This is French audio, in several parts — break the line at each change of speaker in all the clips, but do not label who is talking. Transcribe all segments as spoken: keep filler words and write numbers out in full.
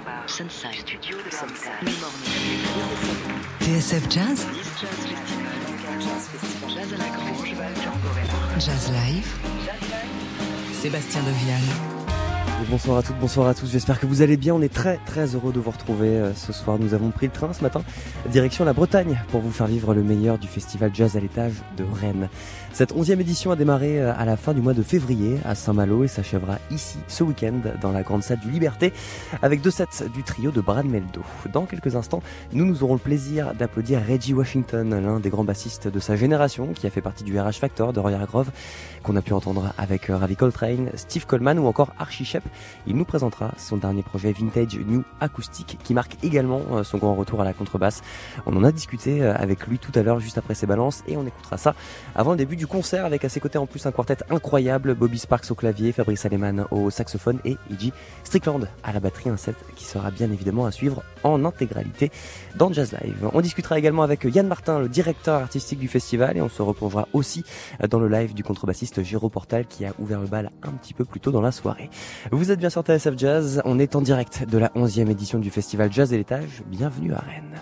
par Sunside Studio de Sunside.
T S F Jazz,
Jazz à la Grange, Val
Jazz Live, Sébastien Devial.
Et bonsoir à toutes, bonsoir à tous, j'espère que vous allez bien. On est très très heureux de vous retrouver euh, ce soir. Nous avons pris le train ce matin, direction la Bretagne, pour vous faire vivre le meilleur du festival Jazz à l'étage de Rennes. Cette onzième édition a démarré à la fin du mois de février à Saint-Malo et s'achèvera ici ce week-end dans la grande salle du Liberté avec deux sets du trio de Brad Mehldau. Dans quelques instants, nous nous aurons le plaisir d'applaudir Reggie Washington, l'un des grands bassistes de sa génération qui a fait partie du R H Factor de Roy Hargrove, qu'on a pu entendre avec Ravi Coltrane, Steve Coleman ou encore Archie Shepp. Il nous présentera son dernier projet Vintage New Acoustic qui marque également son grand retour à la contrebasse. On en a discuté avec lui tout à l'heure juste après ses balances et on écoutera ça avant le début du concert avec à ses côtés en plus un quartet incroyable, Bobby Sparks au clavier, Fabrice Aleman au saxophone et Iggy Strickland à la batterie, un set qui sera bien évidemment à suivre en intégralité dans Jazz Live. On discutera également avec Yann Martin, le directeur artistique du festival, et on se replongera aussi dans le live du contrebassiste Géraud Portal qui a ouvert le bal un petit peu plus tôt dans la soirée. Vous êtes bien sur T S F Jazz, on est en direct de la onzième édition du festival Jazz et l'étage. Bienvenue à Rennes.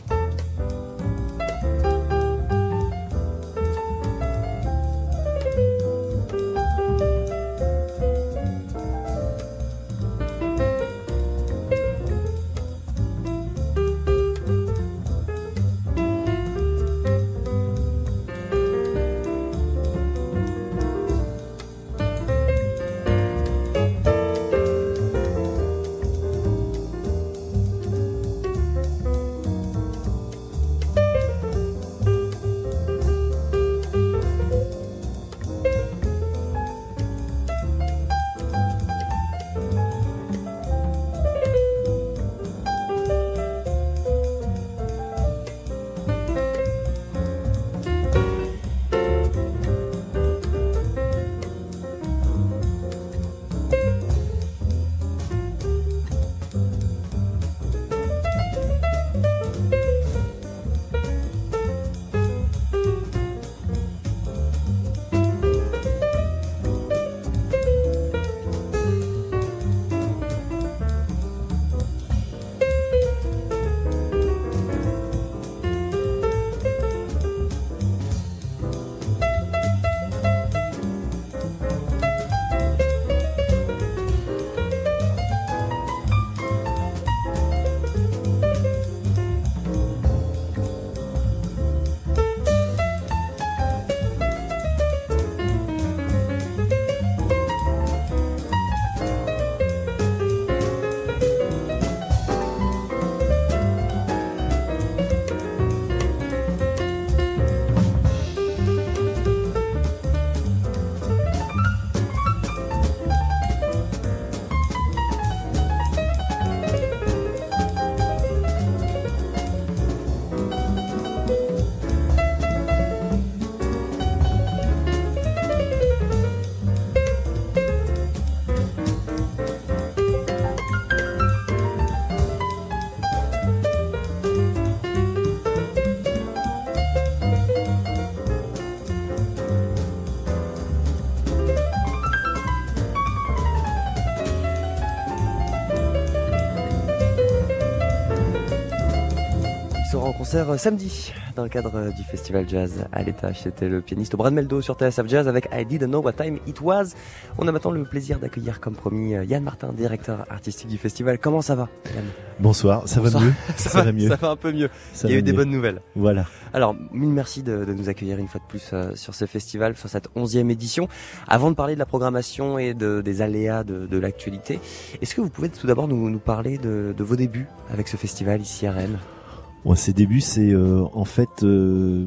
Concert samedi dans le cadre du festival Jazz à l'étage. C'était le pianiste Brad Mehldau sur T S F Jazz avec I Didn't Know What Time It Was. On a maintenant le plaisir d'accueillir comme promis Yann Martin, directeur artistique du festival. Comment ça va, Yann ?
Bonsoir, ça Bonsoir. va mieux.
ça,
ça
va,
va mieux.
Ça va un peu mieux.
Ça
Il y a eu
mieux.
des bonnes nouvelles.
Voilà.
Alors, mille merci de, de nous accueillir une fois de plus euh, sur ce festival, sur cette onzième édition. Avant de parler de la programmation et de, des aléas de, de l'actualité, est-ce que vous pouvez tout d'abord nous, nous parler de, de vos débuts avec ce festival ici à Rennes ?
Bon, ces débuts, c'est euh, en fait euh,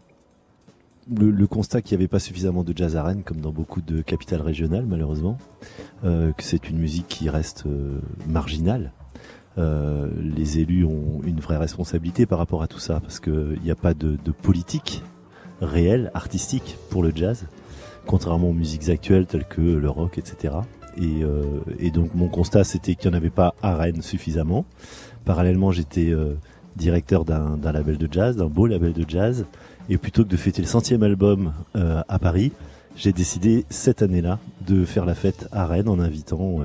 le, le constat qu'il n'y avait pas suffisamment de jazz à Rennes, comme dans beaucoup de capitales régionales malheureusement, euh, que c'est une musique qui reste euh, marginale. Euh, les élus ont une vraie responsabilité par rapport à tout ça, parce qu'il n'y a pas de, de politique réelle, artistique pour le jazz, contrairement aux musiques actuelles telles que le rock, et cetera. Et, euh, et donc mon constat, c'était qu'il n'y en avait pas à Rennes suffisamment. Parallèlement, j'étais euh, directeur d'un, d'un label de jazz, d'un beau label de jazz, et plutôt que de fêter le centième album euh, à Paris, j'ai décidé cette année-là de faire la fête à Rennes en invitant euh,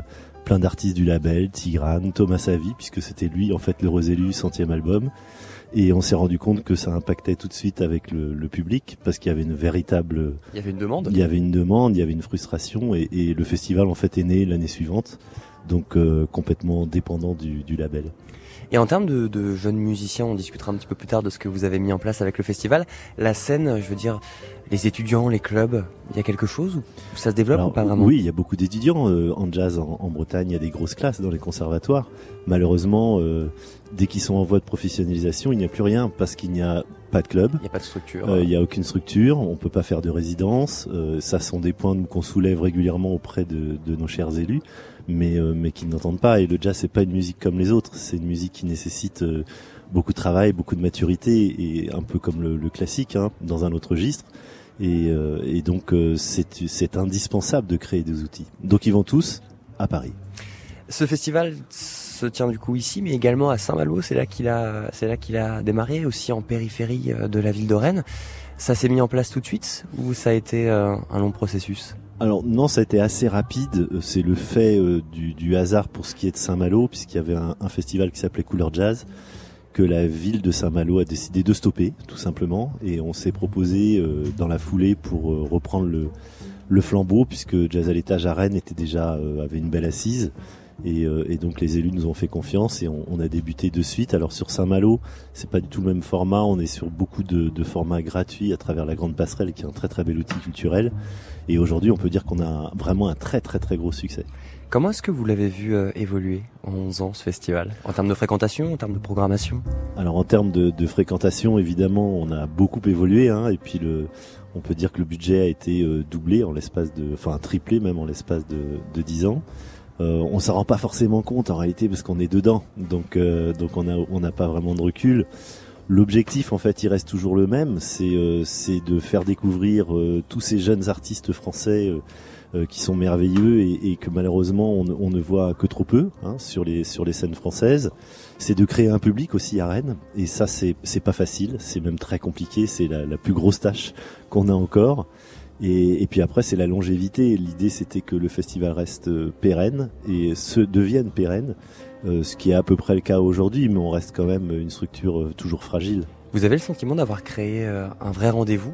plein d'artistes du label, Tigrane, Thomas Savi, puisque c'était lui en fait l'heureux élu, centième album. Et on s'est rendu compte que ça impactait tout de suite avec le, le public, parce qu'il y avait une véritable...
Il y avait une demande.
Il y avait une demande, il y avait une frustration, et, et le festival en fait est né l'année suivante, donc euh, complètement dépendant du, du label.
Et en termes de, de jeunes musiciens, on discutera un petit peu plus tard de ce que vous avez mis en place avec le festival. La scène, je veux dire, les étudiants, les clubs, il y a quelque chose où ça se développe
Alors,
ou pas vraiment?
Oui, il y a beaucoup d'étudiants euh, en jazz en, en Bretagne, il y a des grosses classes dans les conservatoires. Malheureusement, euh, dès qu'ils sont en voie de professionnalisation, il n'y a plus rien parce qu'il n'y a pas de club.
Il n'y a pas de structure.
Euh, il n'y a aucune structure, on peut pas faire de résidence. Euh, ça sont des points qu'on soulève régulièrement auprès de, de nos chers élus, mais, euh, mais qui n'entendent pas. Et le jazz, c'est pas une musique comme les autres, c'est une musique qui nécessite euh, beaucoup de travail, beaucoup de maturité, et un peu comme le, le classique, hein, dans un autre registre. Et, euh, et donc euh, c'est, c'est indispensable de créer des outils. Donc ils vont tous à Paris.
Ce festival se tient du coup ici, mais également à Saint-Malo. C'est là qu'il a, c'est là qu'il a démarré, aussi en périphérie de la ville de Rennes. Ça s'est mis en place tout de suite ou ça a été euh, un long processus?
Alors non, ça a été assez rapide. C'est le fait euh, du, du hasard pour ce qui est de Saint-Malo, puisqu'il y avait un, un festival qui s'appelait Couleur Jazz, que la ville de Saint-Malo a décidé de stopper, tout simplement. Et on s'est proposé euh, dans la foulée pour euh, reprendre le, le flambeau, puisque Jazz à l'étage à Rennes était déjà euh, avait une belle assise. Et, euh, et donc les élus nous ont fait confiance et on, on a débuté de suite. Alors sur Saint-Malo, c'est pas du tout le même format. On est sur beaucoup de, de formats gratuits à travers la Grande Passerelle, qui est un très très bel outil culturel. Et aujourd'hui, on peut dire qu'on a vraiment un très très très gros succès.
Comment est-ce que vous l'avez vu euh, évoluer en onze ans, ce festival? En termes de fréquentation, en termes de programmation?
Alors en termes de, de fréquentation, évidemment, on a beaucoup évolué, hein, et puis le, on peut dire que le budget a été euh, doublé en l'espace de, enfin triplé même en l'espace de, de dix ans. Euh, on s'en rend pas forcément compte en réalité parce qu'on est dedans, donc euh, donc on a on n'a pas vraiment de recul. L'objectif en fait il reste toujours le même, c'est euh, c'est de faire découvrir euh, tous ces jeunes artistes français euh, euh, qui sont merveilleux et, et que malheureusement on, on ne voit que trop peu, hein, sur les sur les scènes françaises. C'est de créer un public aussi à Rennes, et ça c'est c'est pas facile, c'est même très compliqué, c'est la, la plus grosse tâche qu'on a encore. Et, et puis après, c'est la longévité. L'idée, c'était que le festival reste pérenne et se devienne pérenne, euh, ce qui est à peu près le cas aujourd'hui, mais on reste quand même une structure euh, toujours fragile.
Vous avez le sentiment d'avoir créé euh, un vrai rendez-vous?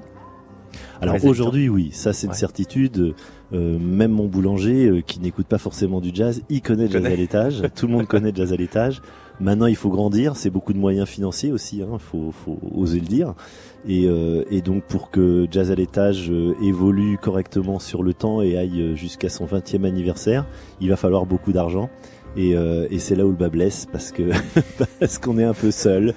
Alors aujourd'hui, oui, ça c'est une
ouais.
certitude. Euh, même mon boulanger, euh, qui n'écoute pas forcément du jazz, il connaît Jazz à l'étage. Tout le monde connaît Jazz à l'étage. Maintenant, il faut grandir. C'est beaucoup de moyens financiers aussi. Hein, faut, faut oser le dire. Et, euh, et donc, pour que Jazz à l'étage euh, évolue correctement sur le temps et aille jusqu'à son vingtième anniversaire, il va falloir beaucoup d'argent. Et, euh, et c'est là où le bas blesse, parce que parce qu'on est un peu seul.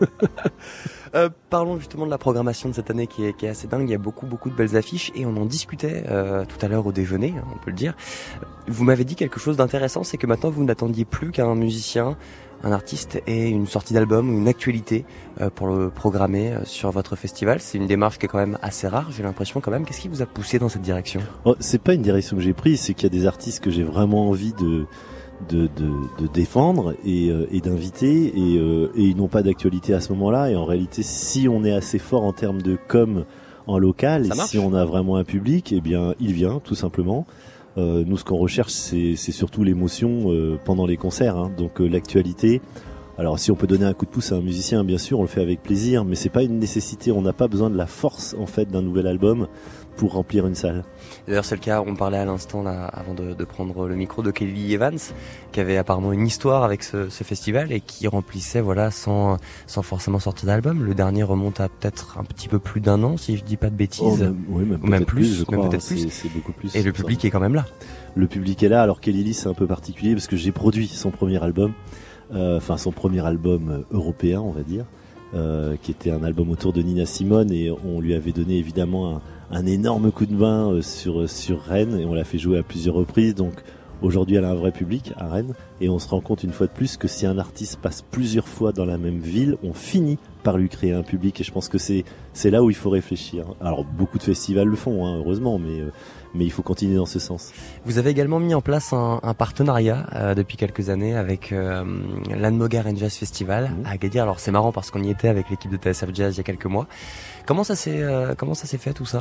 Euh, parlons justement de la programmation de cette année qui est, qui est assez dingue. Il y a beaucoup beaucoup de belles affiches et on en discutait euh, tout à l'heure au déjeuner, hein, on peut le dire. Vous m'avez dit quelque chose d'intéressant, c'est que maintenant vous n'attendiez plus qu'un musicien, un artiste ait une sortie d'album ou une actualité euh, pour le programmer euh, sur votre festival. C'est une démarche qui est quand même assez rare, j'ai l'impression quand même. Qu'est-ce qui vous a poussé dans cette direction?
Oh, c'est pas une direction que j'ai prise, c'est qu'il y a des artistes que j'ai vraiment envie de De, de, de défendre et, euh, et d'inviter et, euh, et ils n'ont pas d'actualité à ce moment-là, et en réalité si on est assez fort en termes de com en local et si on a vraiment un public, eh bien il vient tout simplement. Euh, nous ce qu'on recherche c'est, c'est surtout l'émotion euh, pendant les concerts, hein. Donc euh, l'actualité, alors si on peut donner un coup de pouce à un musicien, bien sûr on le fait avec plaisir, mais c'est pas une nécessité, on n'a pas besoin de la force en fait d'un nouvel album pour remplir une salle.
D'ailleurs c'est le cas, on parlait à l'instant là avant de, de prendre le micro de Kelly Evans, qui avait apparemment une histoire avec ce, ce festival et qui remplissait voilà sans sans forcément sortir d'album. Le dernier remonte à peut-être un petit peu plus d'un an si je dis pas de bêtises.
Oh, même, oui, même,
ou même plus,
plus je crois,
même peut-être
c'est,
plus.
C'est beaucoup plus.
Et le public est quand même là.
Le public est là. Alors Kelly Lee c'est un peu particulier parce que j'ai produit son premier album, euh, enfin son premier album européen on va dire, euh, qui était un album autour de Nina Simone, et on lui avait donné évidemment un un énorme coup de main euh, sur sur Rennes, et on l'a fait jouer à plusieurs reprises. Donc aujourd'hui elle a un vrai public à Rennes, et on se rend compte une fois de plus que si un artiste passe plusieurs fois dans la même ville, on finit par lui créer un public, et je pense que c'est c'est là où il faut réfléchir. Alors beaucoup de festivals le font, hein, heureusement, mais euh, mais il faut continuer dans ce sens.
Vous avez également mis en place un, un partenariat euh, depuis quelques années avec euh, l'Anne-Mogar and Jazz Festival mmh. à Agadir. Alors c'est marrant parce qu'on y était avec l'équipe de T S F Jazz il y a quelques mois. Comment ça s'est euh, comment ça s'est fait tout ça?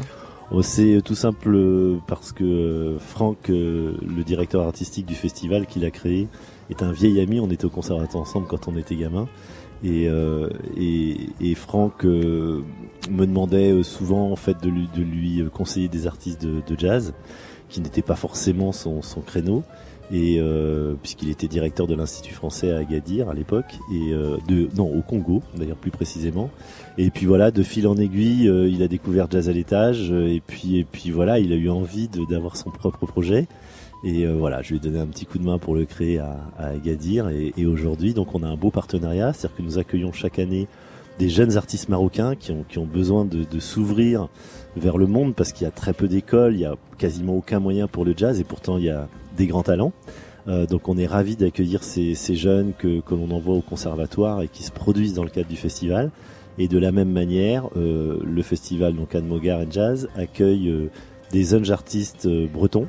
Oh, c'est tout simple parce que Franck, euh, le directeur artistique du festival qui l'a créé, est un vieil ami. On était au conservatoire ensemble quand on était gamin. Et, euh, et, et Franck euh, me demandait souvent en fait de lui, de lui conseiller des artistes de, de jazz qui n'étaient pas forcément son, son créneau. Et euh, puisqu'il était directeur de l'Institut français à Agadir à l'époque, et euh, de non au Congo d'ailleurs plus précisément. Et puis voilà, de fil en aiguille, euh, il a découvert Jazz à l'étage, euh, et puis et puis voilà, il a eu envie de, d'avoir son propre projet. Et euh, voilà, je lui ai donné un petit coup de main pour le créer à, à Agadir. Et, et aujourd'hui, donc on a un beau partenariat, c'est-à-dire que nous accueillons chaque année des jeunes artistes marocains qui ont qui ont besoin de, de s'ouvrir vers le monde parce qu'il y a très peu d'écoles, il y a quasiment aucun moyen pour le jazz, et pourtant il y a des grands talents. Euh, donc on est ravis d'accueillir ces, ces jeunes que, que l'on envoie au conservatoire et qui se produisent dans le cadre du festival. Et de la même manière, euh, le festival donc Anne Mogar and Jazz accueille euh, des jeunes artistes euh, bretons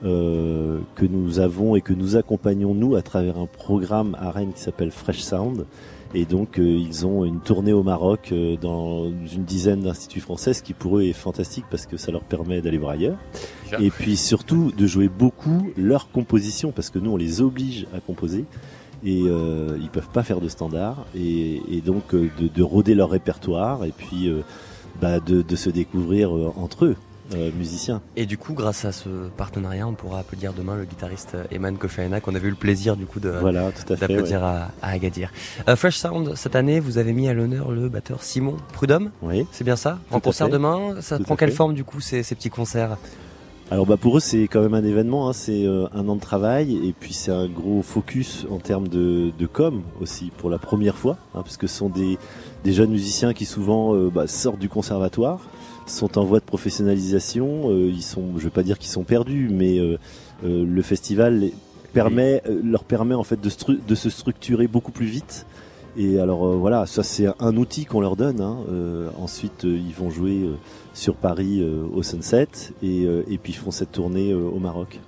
euh, que nous avons et que nous accompagnons nous à travers un programme à Rennes qui s'appelle Fresh Sound. Et donc euh, ils ont une tournée au Maroc euh, dans une dizaine d'instituts français, ce qui pour eux est fantastique parce que ça leur permet d'aller voir ailleurs. Déjà. Et puis surtout de jouer beaucoup leurs compositions parce que nous on les oblige à composer et euh, ils peuvent pas faire de standard et, et donc euh, de, de rôder leur répertoire et puis euh, bah, de, de se découvrir euh, entre eux. Euh, musicien.
Et du coup, grâce à ce partenariat, on pourra applaudir demain le guitariste Eman Kofiana qu'on avait eu le plaisir du coup de
voilà, tout à fait,
d'applaudir
ouais.
à, à Agadir. Uh, Fresh Sound, cette année, vous avez mis à l'honneur le batteur Simon Prudhomme.
Oui.
C'est bien ça.
Tout
en concert
fait.
demain, ça
tout
prend quelle forme du coup ces, ces petits concerts?
Alors bah pour eux c'est quand même un événement, hein. C'est euh, un an de travail et puis c'est un gros focus en termes de, de com aussi pour la première fois, hein, parce que ce sont des, des jeunes musiciens qui souvent euh, bah, sortent du conservatoire, sont en voie de professionnalisation, euh, ils sont, je vais pas dire qu'ils sont perdus, mais euh, euh, le festival les permet, euh, leur permet en fait de, stru- de se structurer beaucoup plus vite. Et alors euh, voilà, ça c'est un outil qu'on leur donne. Hein. Euh, ensuite, euh, ils vont jouer euh, sur Paris euh, au Sunset et, euh, et puis ils font cette tournée euh, au Maroc.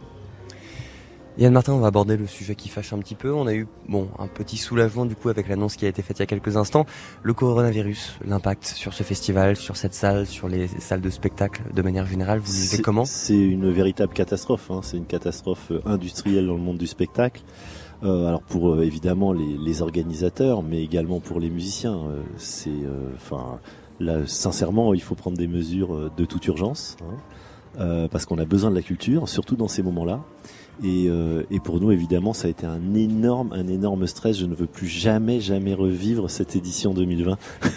Yann Martin, on va aborder le sujet qui fâche un petit peu. On a eu bon un petit soulagement du coup avec l'annonce qui a été faite il y a quelques instants. Le coronavirus, l'impact sur ce festival, sur cette salle, sur les salles de spectacle de manière générale, vous vivez comment ?
C'est une véritable catastrophe. Hein. C'est une catastrophe industrielle dans le monde du spectacle. Euh, alors pour euh, évidemment les, les organisateurs, mais également pour les musiciens. Euh, c'est, enfin, euh, là, sincèrement, il faut prendre des mesures de toute urgence, hein, euh, parce qu'on a besoin de la culture, surtout dans ces moments-là. Et, euh, et pour nous, évidemment, ça a été un énorme, un énorme stress. Je ne veux plus jamais, jamais revivre cette édition deux mille vingt.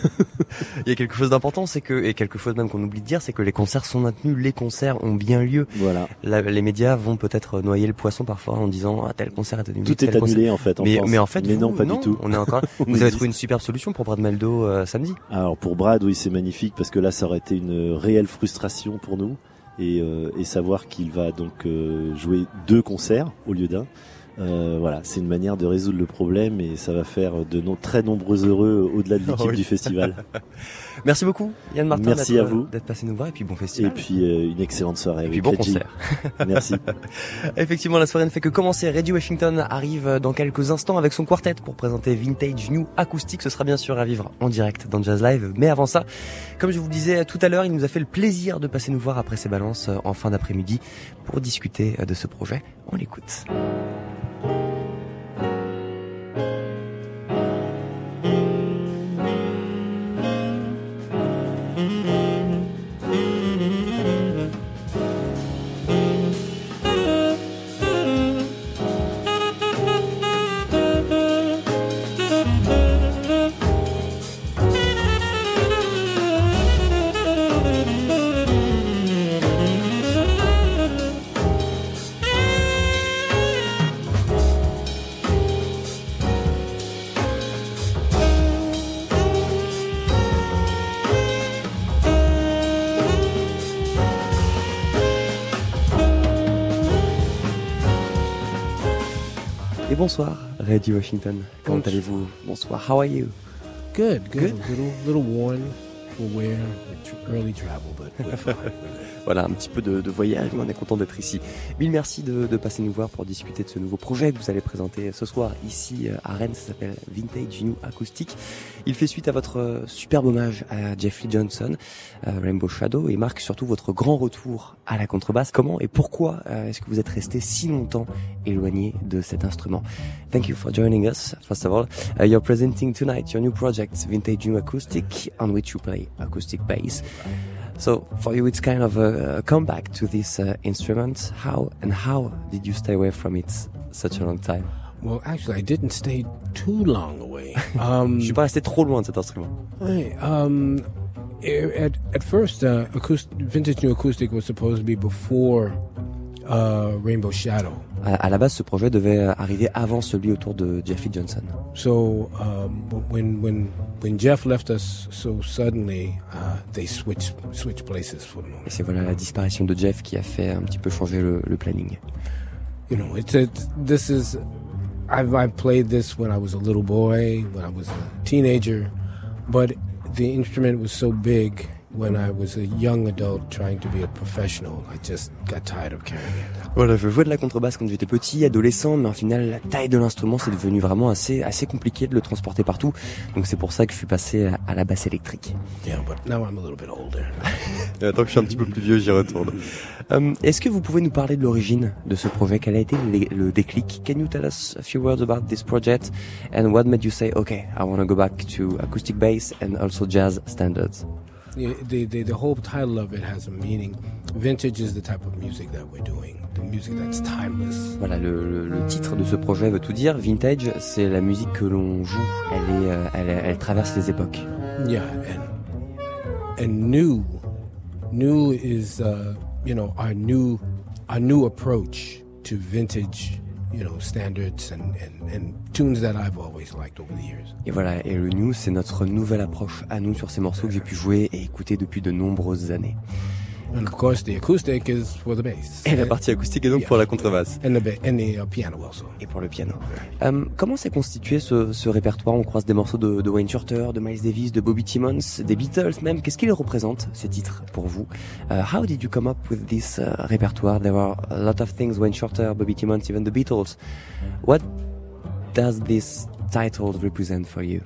Il y a quelque chose d'important, c'est que, et quelque chose même qu'on oublie de dire, c'est que les concerts sont maintenus, les concerts ont bien lieu.
Voilà.
La, les médias vont peut-être noyer le poisson parfois en disant ah, tel concert est annulé.
Tout est annulé en fait. En
mais,
France.
mais en fait,
mais
vous,
non, pas
non,
du tout.
On est encore.
on
vous
existe.
avez trouvé une superbe solution pour Brad Meldo euh, samedi.
Alors pour Brad, oui, c'est magnifique parce que là, ça aurait été une réelle frustration pour nous. Et, euh, et savoir qu'il va donc euh, jouer deux concerts au lieu d'un, euh, voilà, c'est une manière de résoudre le problème et ça va faire de no- très nombreux heureux au-delà de l'équipe oh oui. du festival.
Merci beaucoup Yann Martin
Merci
d'être,
à vous
d'être passé nous voir et puis bon festival.
Et puis euh, une excellente soirée.
Et
avec
puis bon
Reggie.
concert.
Merci.
Effectivement, la soirée ne fait que commencer. Reggie Washington arrive dans quelques instants avec son quartet pour présenter Vintage New Acoustic. Ce sera bien sûr à vivre en direct dans Jazz Live. Mais avant ça, comme je vous le disais tout à l'heure, il nous a fait le plaisir de passer nous voir après ses balances en fin d'après-midi pour discuter de ce projet. On l'écoute. Et bonsoir, Reggie Washington. Comment
Bonsoir.
allez-vous? Bonsoir. How are you?
Good, good.
Good.
A little, little worn. will wear, the tr- early travel, but we're fine.
Voilà, un petit peu de, de voyage, mais on est content d'être ici. Mille merci de, de passer nous voir pour discuter de ce nouveau projet que vous allez présenter ce soir ici à Rennes. Ça s'appelle Vintage New Acoustic. Il fait suite à votre superbe hommage à Jeff Lee Johnson, euh, Rainbow Shadow, et marque surtout votre grand retour à la contrebasse. Comment et pourquoi euh, est-ce que vous êtes resté si longtemps éloigné de cet instrument? Thank you for joining us. First of all, uh, you're presenting tonight your new project, Vintage New Acoustic, on which you play acoustic bass. So for you, it's kind of a, a comeback to this uh, instrument. How and how did you stay away from it such a long time?
Well, actually, I didn't stay too long away. Um,
Je suis pas resté trop loin de cet instrument.
I, um, at at first, uh, acoustic, Vintage New Acoustic was supposed to be before uh, Rainbow Shadow.
À, à la base, ce projet devait arriver avant celui autour de Jeff Lee Johnson.
So um, when when when Jeff left us so suddenly, uh, they switched switched places for the moment.
Et c'est voilà la disparition de Jeff qui a fait un petit peu changer le, le planning.
You know, it's it's this is. I've I've played this when I was a little boy, when I was a teenager, but the instrument was so big. When I was a young adult trying to be a professional, I just got tired of carrying it.
Voilà, je jouais de la contrebasse quand j'étais petit, adolescent, mais au final, la taille de l'instrument, c'est devenu vraiment assez, assez compliqué de le transporter partout. Donc c'est pour ça que je suis passé à, à la basse électrique.
Yeah, but now I'm a little bit older.
Tant que je suis un petit peu plus vieux, j'y retourne. Um, est-ce que vous pouvez nous parler de l'origine de ce projet? Quel a été le, le déclic? Can you tell us a few words about this project? And what made you say, okay, I want to go back to acoustic bass and also jazz standards?
Yeah, the, the the whole title of it has a meaning. Vintage is the type of music that we're doing, the music that's timeless.
Voilà, le, le, le titre de ce projet veut tout dire. Vintage, c'est la musique que l'on joue. Elle est, euh, elle, elle traverse les époques.
Yeah, and and new, new is uh, you know our new our new approach to vintage. You know, standards and, and, and tunes that I've always liked over the years.
Et voilà, et le new, c'est notre nouvelle approche à nous sur ces morceaux que j'ai pu jouer et écouter depuis de nombreuses années.
And of course, the acoustic is for the bass.
Et la partie acoustique est donc
Yeah.
pour la contrebasse.
And the, ba- and the uh, piano also.
Et pour le piano. Euh, comment s'est constitué ce, ce répertoire? On croise des morceaux de, de Wayne Shorter, de Miles Davis, de Bobby Timmons, des Beatles même. Qu'est-ce qu'ils représentent, ces titres, pour vous? uh, How did you come up with this uh, répertoire? There were a lot of things, Wayne Shorter, Bobby Timmons, even the Beatles. What does this title represent for you?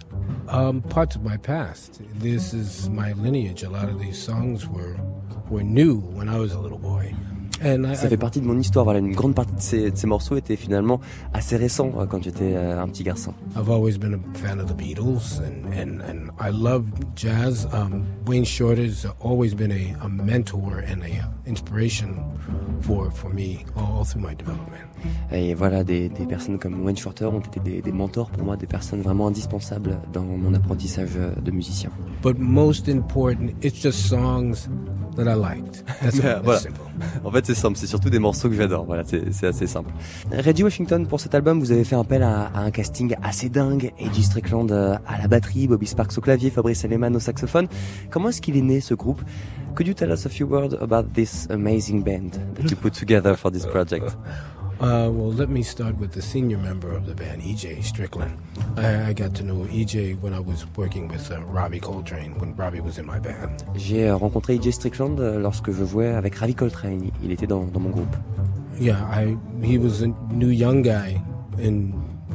Um, parts of my past. This is my lineage. A lot of these songs were were new when I was a little boy. And I,
Ça fait partie de mon histoire. Voilà, une grande partie de ces, de ces morceaux étaient finalement assez récents euh, quand j'étais euh, un petit garçon.
I've always been a fan of the Beatles, and, and, and I love jazz. Um, Wayne Shorter's always been a, a mentor and a inspiration for for me all through my development.
Et voilà, des, des personnes comme Wayne Shorter ont été des, des mentors pour moi, des personnes vraiment indispensables dans mon apprentissage de musicien.
But most important, it's just songs that I liked. That's, all. That's
Voilà.
simple.
En fait, c'est simple, c'est surtout des morceaux que j'adore. Voilà, c'est, c'est assez simple. Reggie Washington, pour cet album, vous avez fait appel à, à un casting assez dingue. A J Strickland à la batterie, Bobby Sparks au clavier, Fabrice Aleman au saxophone. Comment est-ce qu'il est né, ce groupe? Could you tell us a few words about this amazing band that you put together for this project?
Uh, well, let me start with the senior member of the band, E J Strickland. I, I got to know E J when I was working with uh, Robbie Coltrane, when Robbie was in my band.
J'ai rencontré E J Strickland lorsque je jouais avec Ravi Coltrane. Il était dans, dans mon groupe.
Yeah, I he was a new young guy, and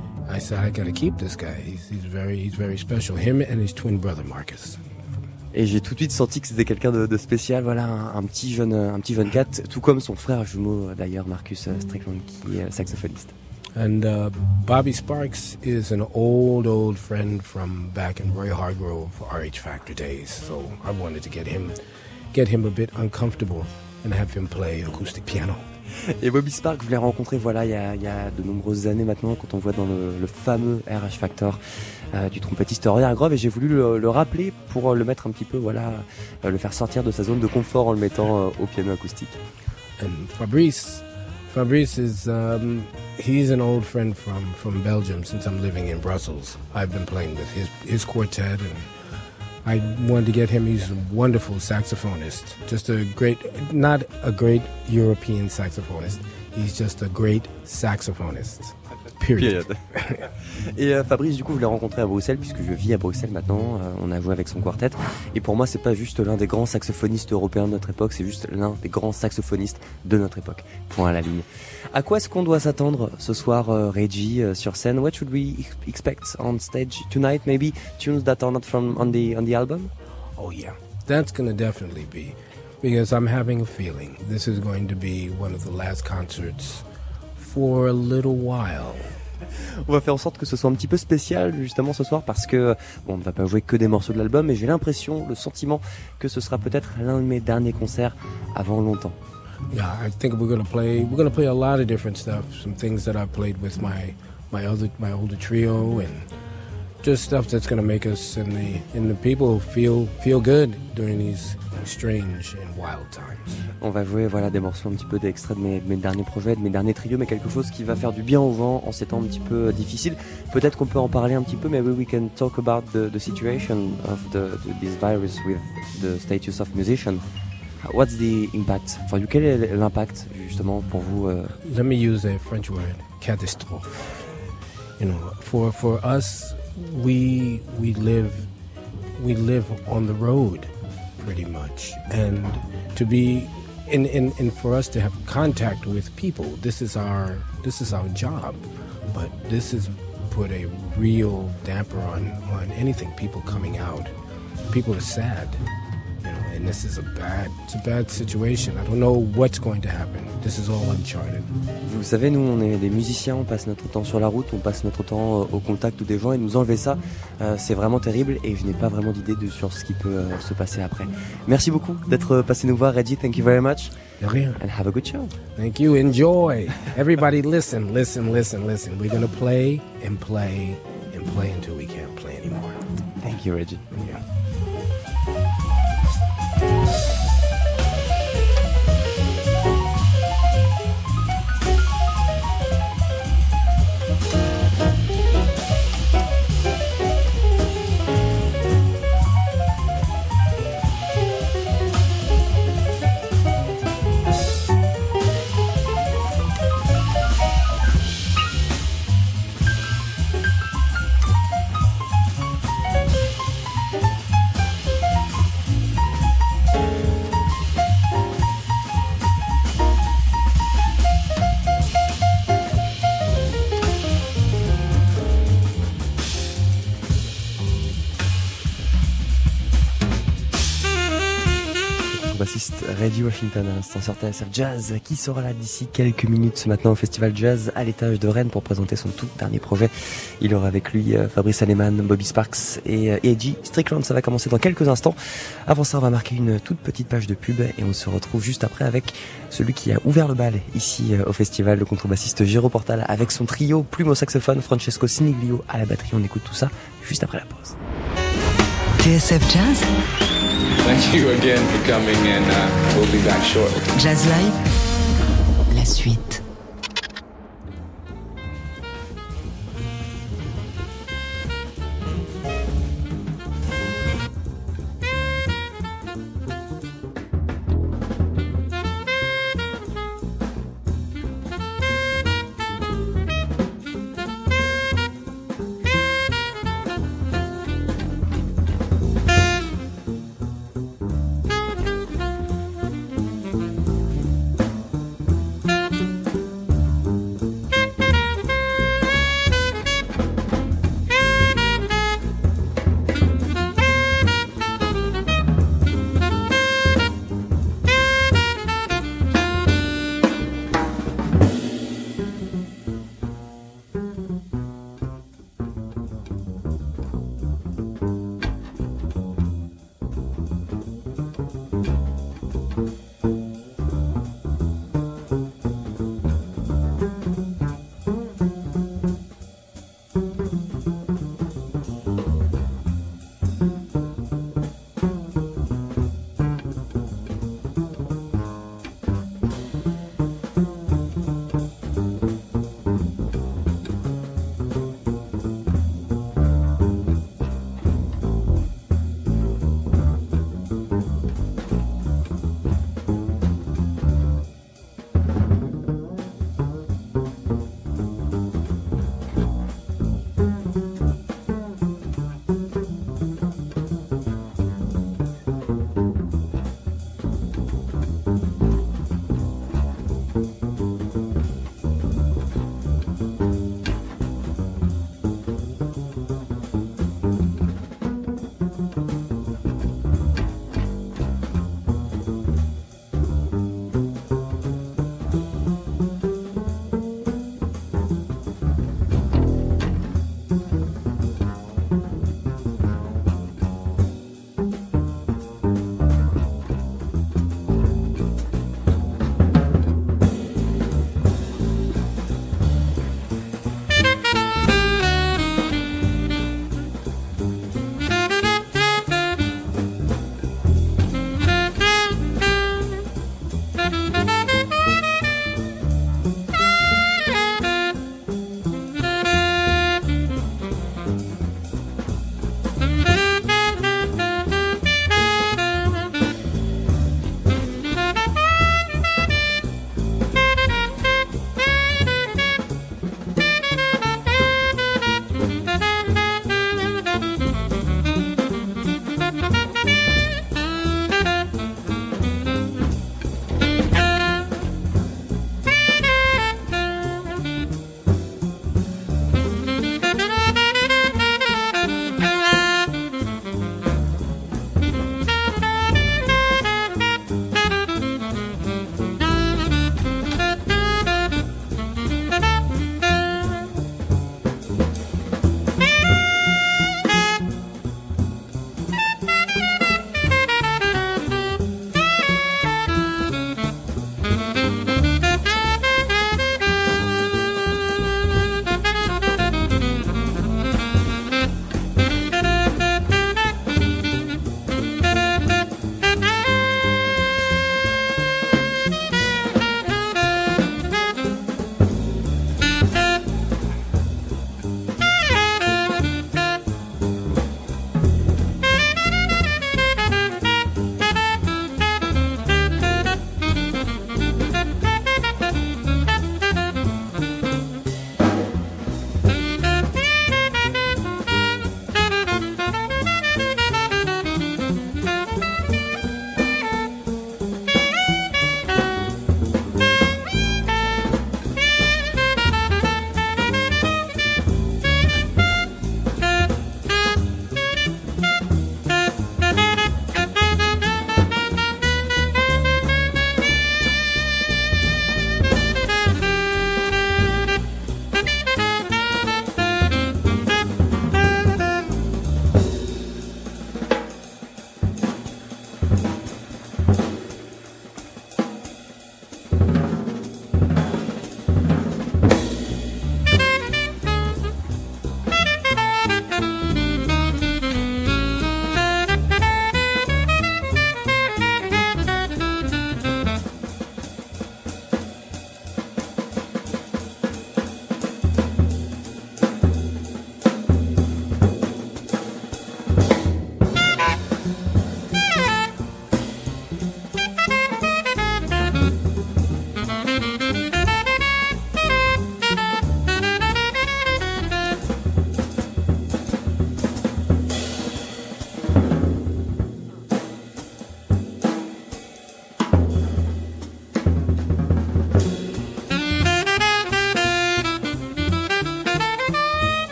I said I got to keep this guy. He's, he's very he's very special. Him and his twin brother Marcus.
Et j'ai tout de suite senti que c'était quelqu'un de, de spécial, voilà, un, un petit jeune, un petit jeune cat, tout comme son frère jumeau d'ailleurs, Marcus Strickland, qui est saxophoniste.
And uh, Bobby Sparks is an old, old friend from back in Roy Hargrove R H Factor days. So I wanted to get him, get him a bit uncomfortable and have him play acoustic piano.
Et Bobby Sparks, je l'ai rencontré, voilà, il y a, il y a de nombreuses années maintenant, quand on voit dans le, le fameux R H Factor euh, du trompettiste Roy Hargrove, et j'ai voulu le, le rappeler pour le mettre un petit peu, voilà, euh, le faire sortir de sa zone de confort en le mettant euh, au piano acoustique.
And Fabrice, Fabrice is um, he's an old friend from from Belgium. Since I'm living in Brussels, I've been playing with his his quartet, and I wanted to get him. He's a wonderful saxophonist, just a great, not a great European saxophonist. He's just a great saxophonist, Period.
Et euh, Fabrice, du coup, je l'ai rencontré à Bruxelles puisque je vis à Bruxelles maintenant. Euh, on a joué avec son quartet. Et pour moi, c'est pas juste l'un des grands saxophonistes européens de notre époque, c'est juste l'un des grands saxophonistes de notre époque. Point à la ligne. À quoi est-ce qu'on doit s'attendre ce soir, euh, Reggie, euh, sur scène? What should we expect on stage tonight? Maybe tunes that are not from on the on the album?
Oh yeah, that's gonna definitely be, because I'm having a feeling this is going to be one of the last concerts for a little while.
On va faire en sorte que ce soit un petit peu spécial justement ce soir parce que bon, on ne va pas jouer que des morceaux de l'album, mais j'ai l'impression, le sentiment que ce sera peut-être l'un de mes derniers concerts avant longtemps.
Yeah, I think we're gonna play. We're gonna play a lot of different stuff. Some things that I've played with my my other my older trio, and just stuff that's gonna make us and the and the people feel feel good during these strange and wild times.
On va jouer voilà des morceaux un petit peu d'extraits de mes, de mes derniers projets, de mes derniers trios, mais quelque chose qui va faire du bien aux gens en ces temps un petit peu difficiles. Peut-être qu'on peut en parler un petit peu, mais we can talk about the, the situation of the, the this virus with the status of musician. What's the impact for you? Quel est l'impact justement pour vous? Euh...
Let me use a French word, catastrophe. You know, for for us, we we live we live on the road pretty much, and to be and, and, and for us to have contact with people, this is our this is our job, but this has put a real damper on on anything. People coming out, people are sad. And this is a bad, it's a bad situation. I don't know what's going to happen. This is all uncharted.
Vous savez, nous, on est des musiciens, on passe notre temps sur la route, on passe notre temps au contact des gens et nous enlever ça, euh, c'est vraiment terrible et je n'ai pas vraiment d'idée de sur ce qui peut euh, se passer après. Merci beaucoup d'être passé nous voir, Reggie. Thank you very much.
De rien.
And have a good show.
Thank you. Enjoy. Everybody listen, listen, listen, listen. We're going to play and play and play until we can't play anymore.
Thank you, Reggie.
Yeah.
Reggie Washington à l'instant sur T S F Jazz qui sera là d'ici quelques minutes ce matin au Festival Jazz à l'étage de Rennes pour présenter son tout dernier projet. Il aura avec lui euh, Fabrice Aleman, Bobby Sparks et euh, Edgy Strickland. Ça va commencer dans quelques instants. Avant ça, on va marquer une toute petite page de pub et on se retrouve juste après avec celui qui a ouvert le bal ici euh, au festival, le contrebassiste Giro Portal avec son trio plume au saxophone, Francesco Siniglio à la batterie. On écoute tout ça juste après la pause.
T S F Jazz.
Thank you again for coming and uh, we'll be back shortly.
Jazz Live, la suite.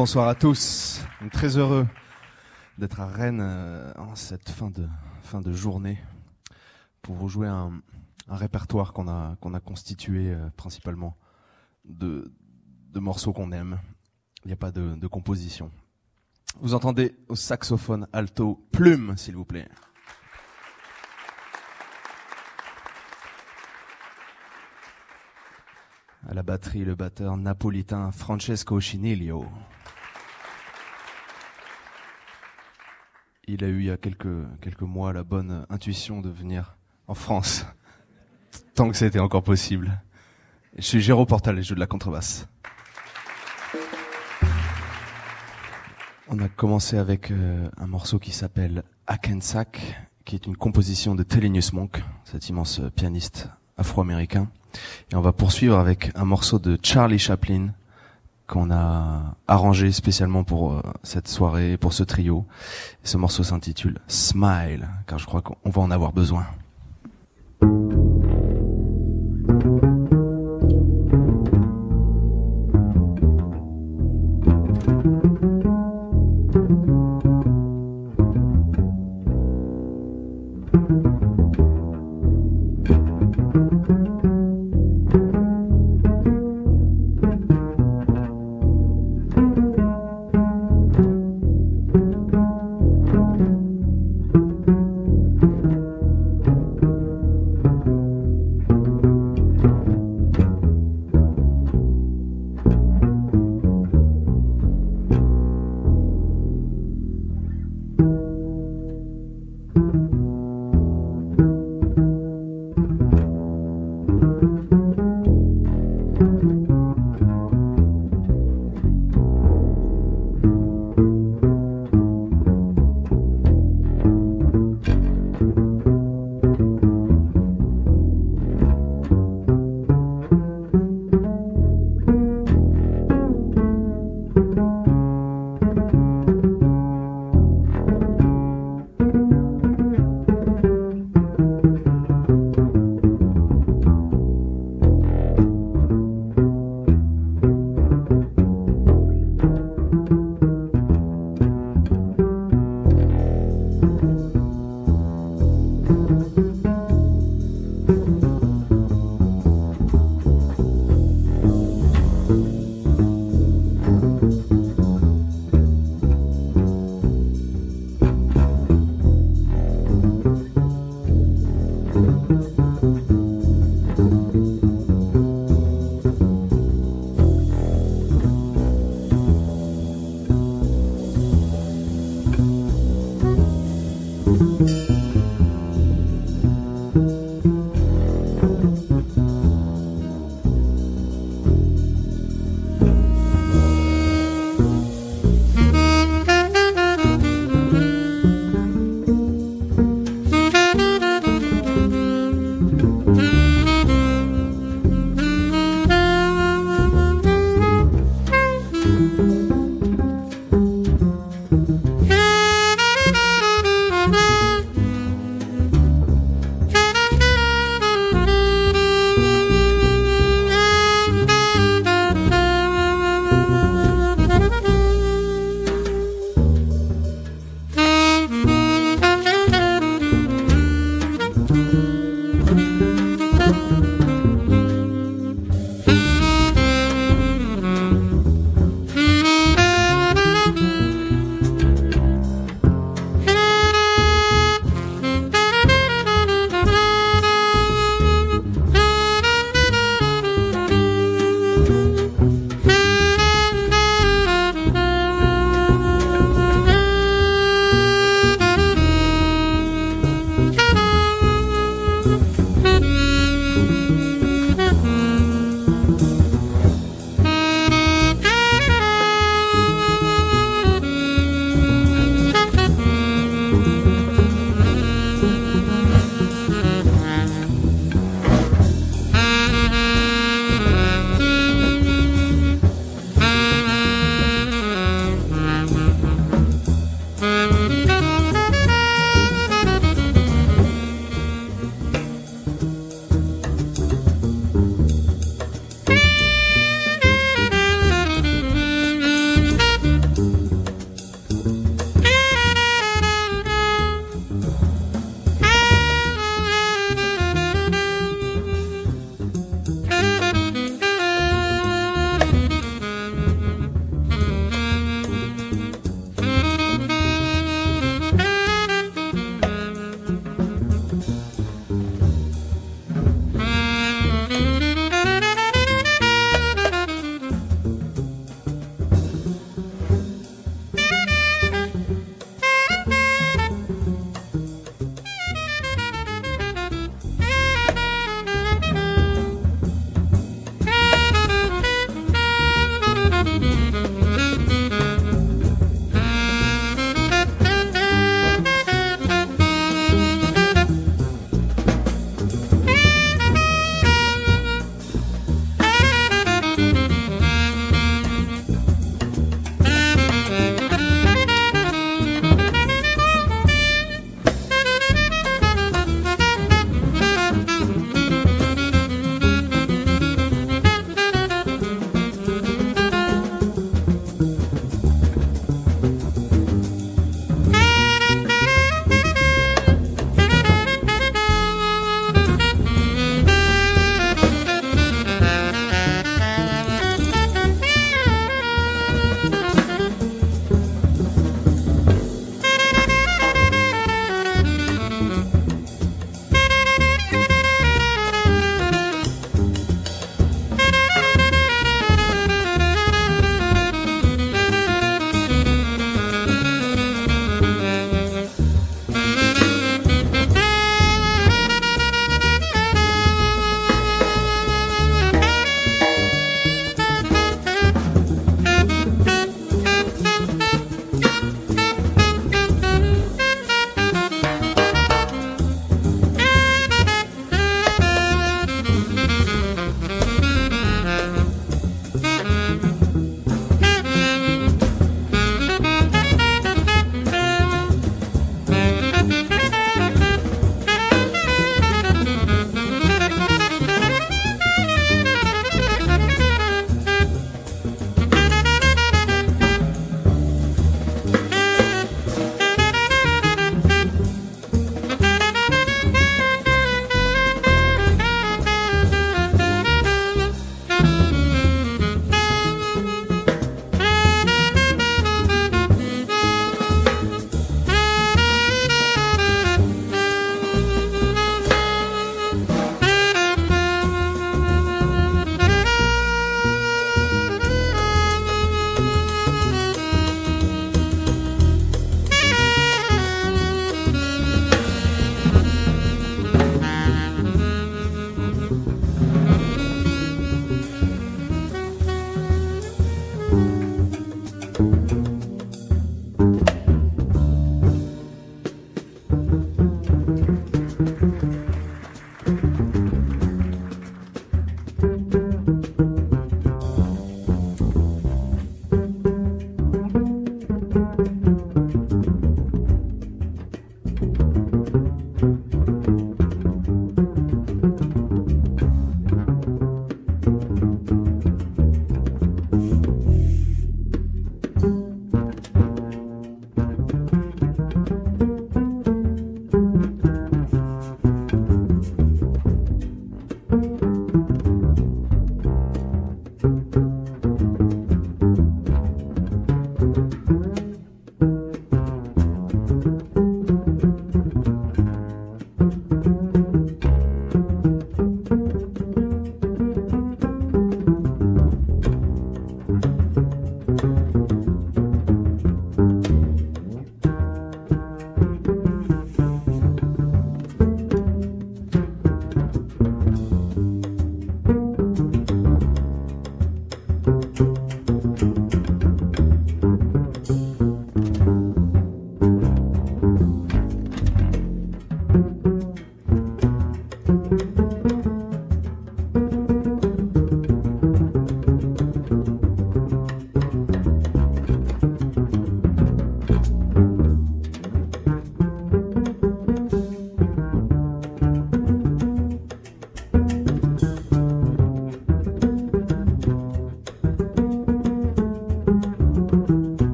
Bonsoir à tous. Très heureux d'être à Rennes euh, en cette fin de, fin de journée pour vous jouer un, un répertoire qu'on a, qu'on a constitué euh, principalement de, de morceaux qu'on aime. Il n'y a pas de, de composition. Vous entendez au saxophone alto Plume, s'il vous plaît. À la batterie, le batteur napolitain Francesco Ciniglio. Il a eu il y a quelques, quelques mois la bonne intuition de venir en France, tant que c'était encore possible. Et je suis Géraud Portal et je joue de la contrebasse. On a commencé avec euh, un morceau qui s'appelle Hackensack, qui est une composition de Thelonious Monk, cet immense pianiste afro-américain. Et on va poursuivre avec un morceau de Charlie Chaplin qu'on a arrangé spécialement pour euh, cette soirée, pour ce trio. Et ce morceau s'intitule Smile, car je crois qu'on va en avoir besoin.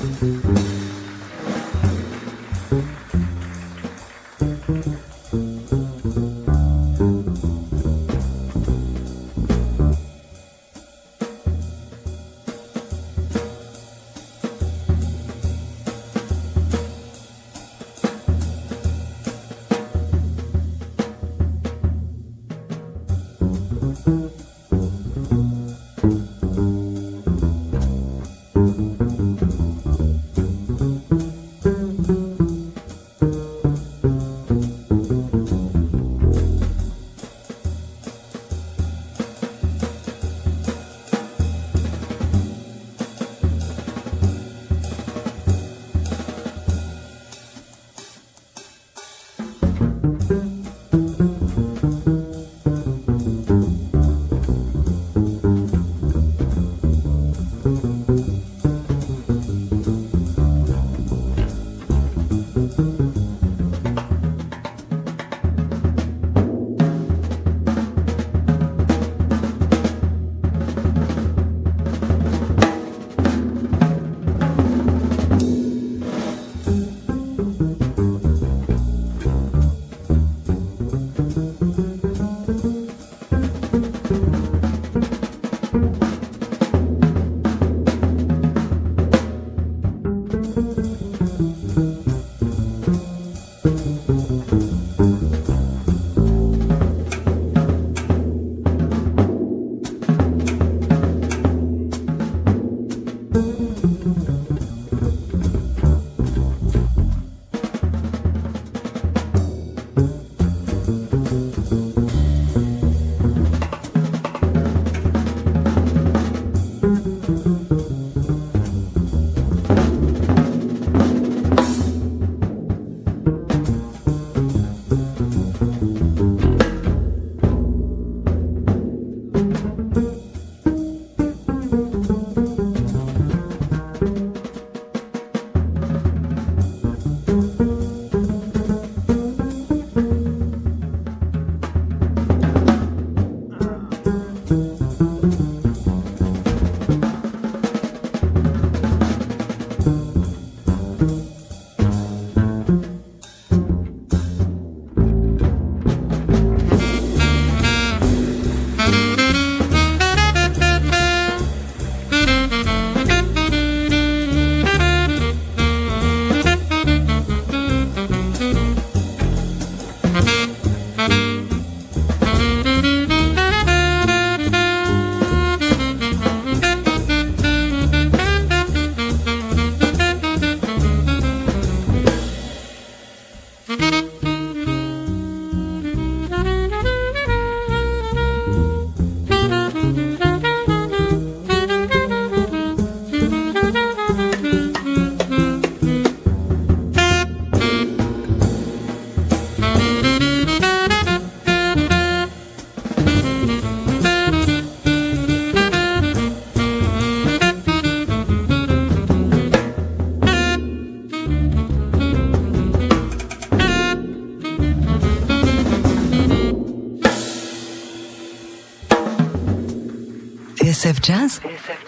T S F Jazz,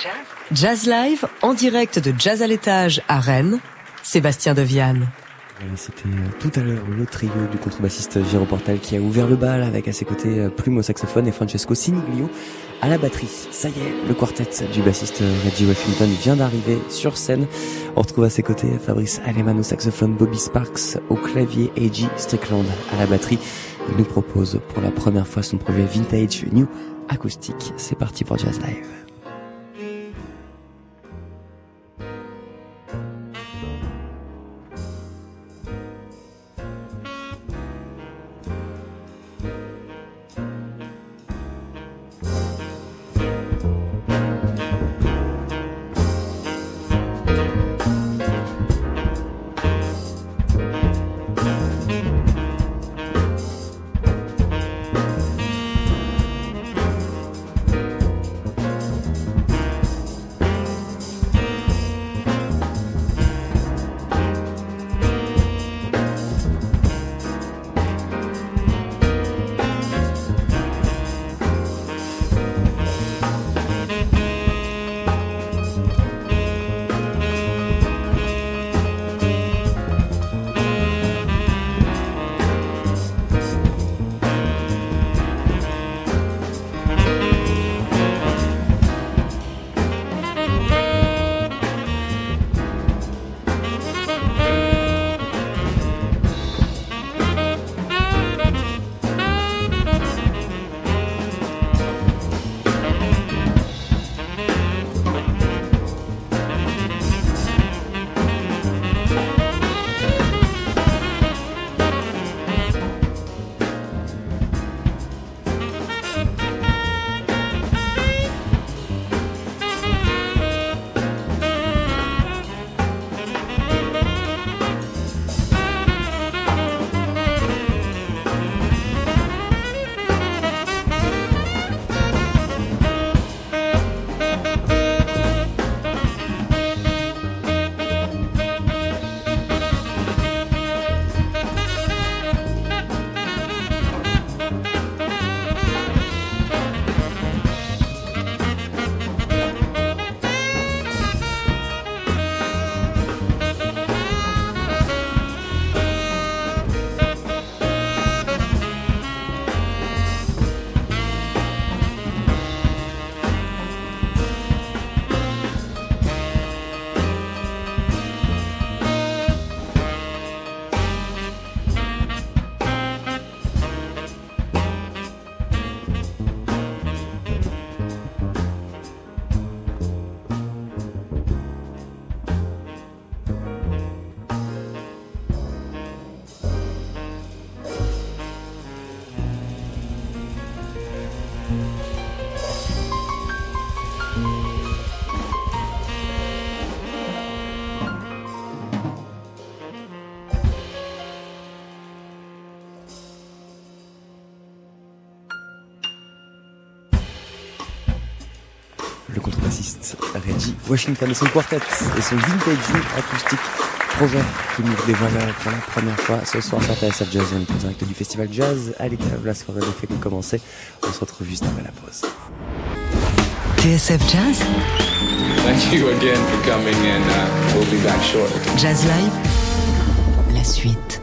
Jazz Live en direct de Jazz à l'étage à Rennes, Sébastien Deviane.
C'était tout à l'heure le trio du contrebassiste Jérôme Portal qui a ouvert le bal avec à ses côtés Plume au saxophone et Francesco Siniglio à la batterie. Ça y est, le quartet du bassiste Reggie Washington vient d'arriver sur scène. On retrouve à ses côtés Fabrice Aleman au saxophone, Bobby Sparks au clavier et A J Strickland à la batterie. Il nous propose pour la première fois son projet Vintage New Acoustique. C'est parti pour Jazz Live. Reggie Washington et son quartet et son vintage acoustique projet qui nous dévoile pour la première fois ce soir sur T S F Jazz en direct du festival Jazz à l'étage. La soirée de fait commencer. On se retrouve juste après la pause.
T S F Jazz.
Thank you again for coming and uh, we'll be back shortly.
Jazz Live, la suite.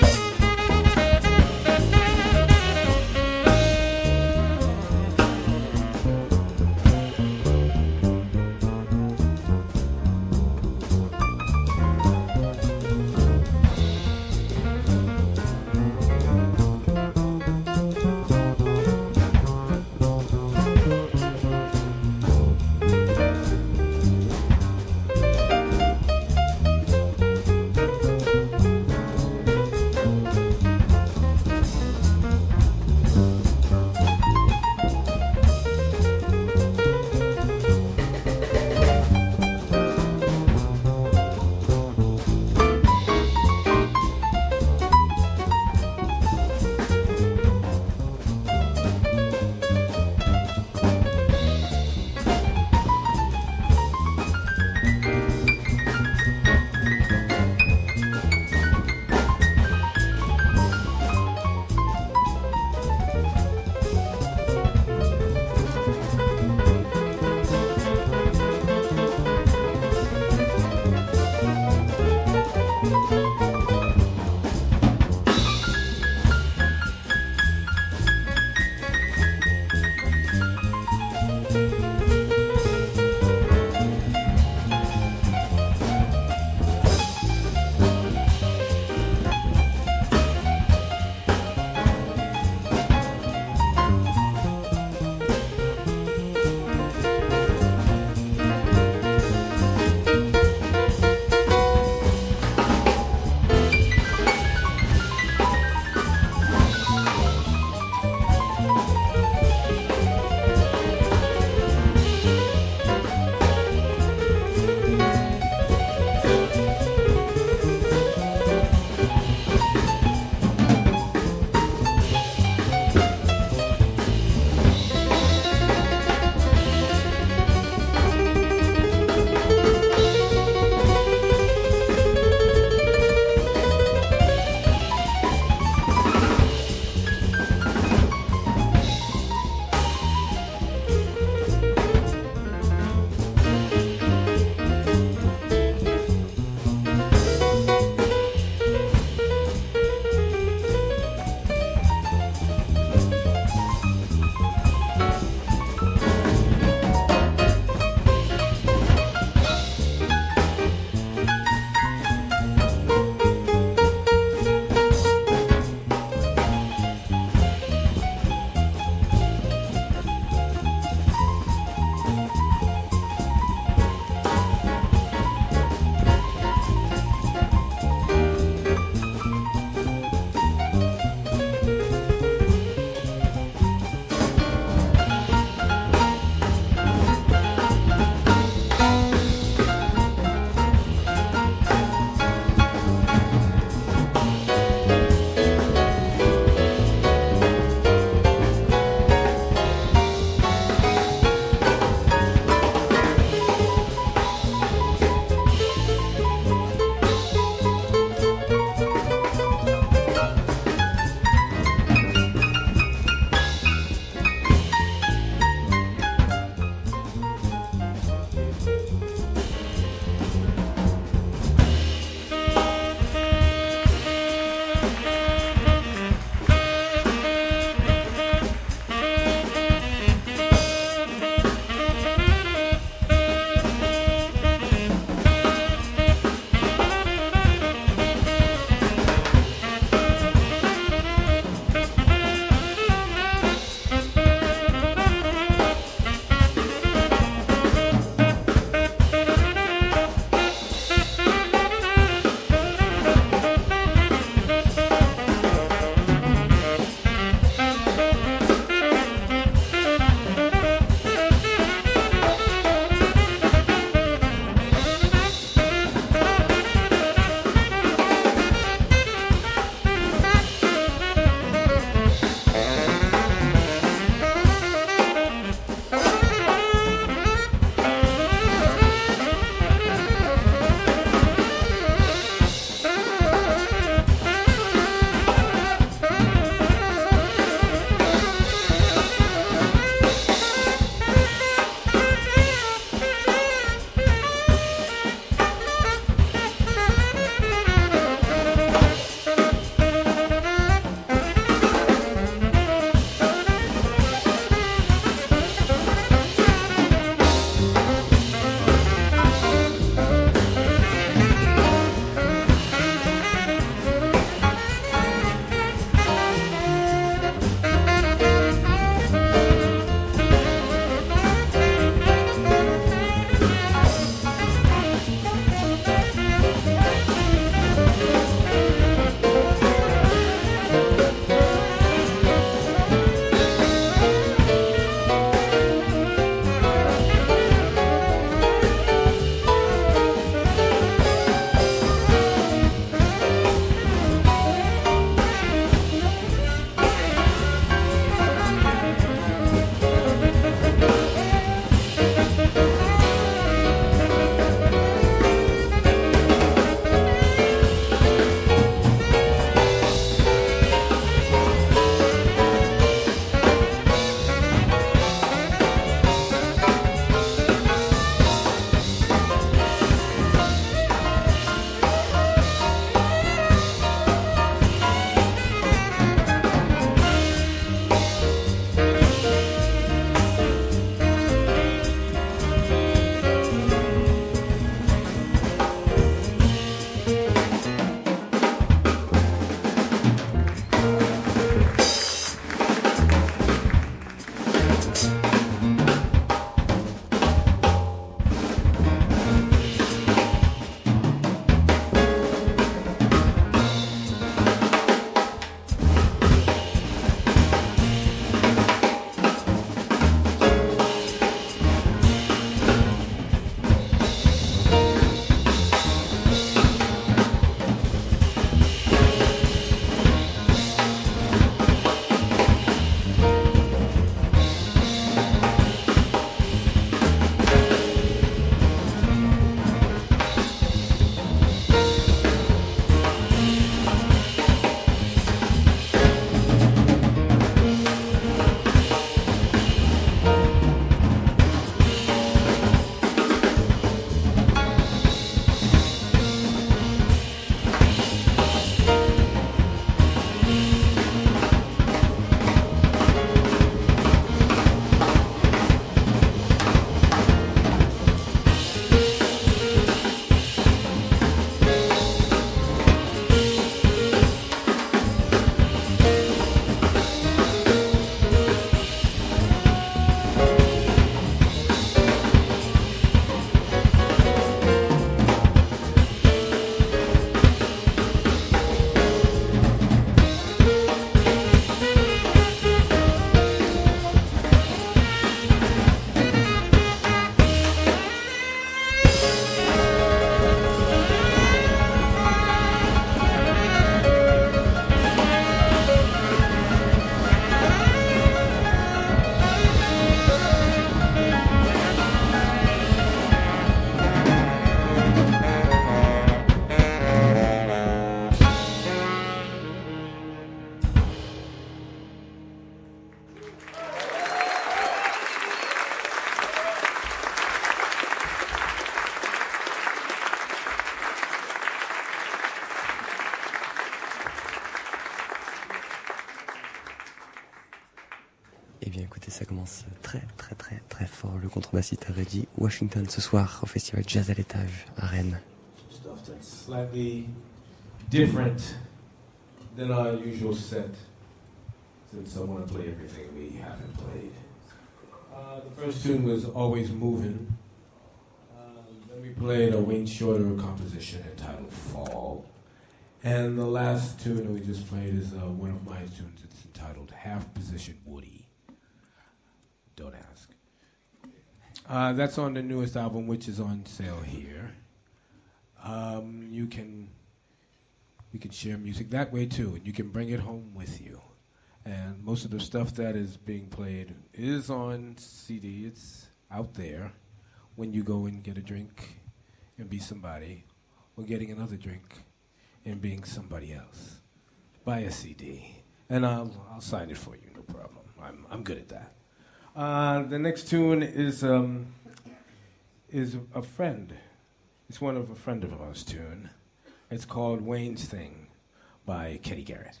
commence très très très très fort. Le contrebassiste Reggie Washington ce soir au festival Jazz à l'étage à Rennes.
Stuff that's slightly different than our usual set, since I want to play everything we haven't played. Uh, the first tune was Always Moving. Uh, then we played a Wayne Shorter composition entitled Fall. And the last tune we just played is uh, one of my tunes. It's entitled Half Position Woody. Don't ask. Uh, that's on the newest album, which is on sale here. Um, you can you can share music that way too, and you can bring it home with you. And most of the stuff that is being played is on C D. It's out there when you go and get a drink and be somebody, or getting another drink and being somebody else. Buy a C D, and I'll I'll sign it for you, no problem. I'm I'm good at that. Uh, the next tune is um, is a friend. It's one of a friend of ours tune. It's called Wayne's Thing by Kenny Garrett.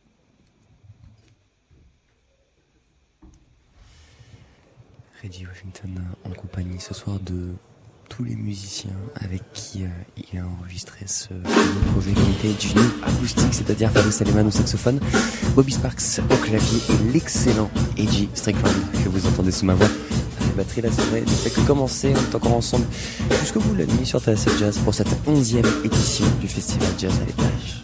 Reggie Washington en compagnie ce soir de tous les musiciens avec qui euh, il a enregistré ce projet Vintage New Acoustic, c'est-à-dire Fabio Saleman au saxophone, Bobby Sparks au clavier et l'excellent Edgy Strickland que vous entendez sous ma voix à la batterie. La soirée ne fait que commencer, on est encore ensemble jusqu'au bout de la nuit sur T S F Jazz pour cette onzième édition du festival Jazz à l'étage.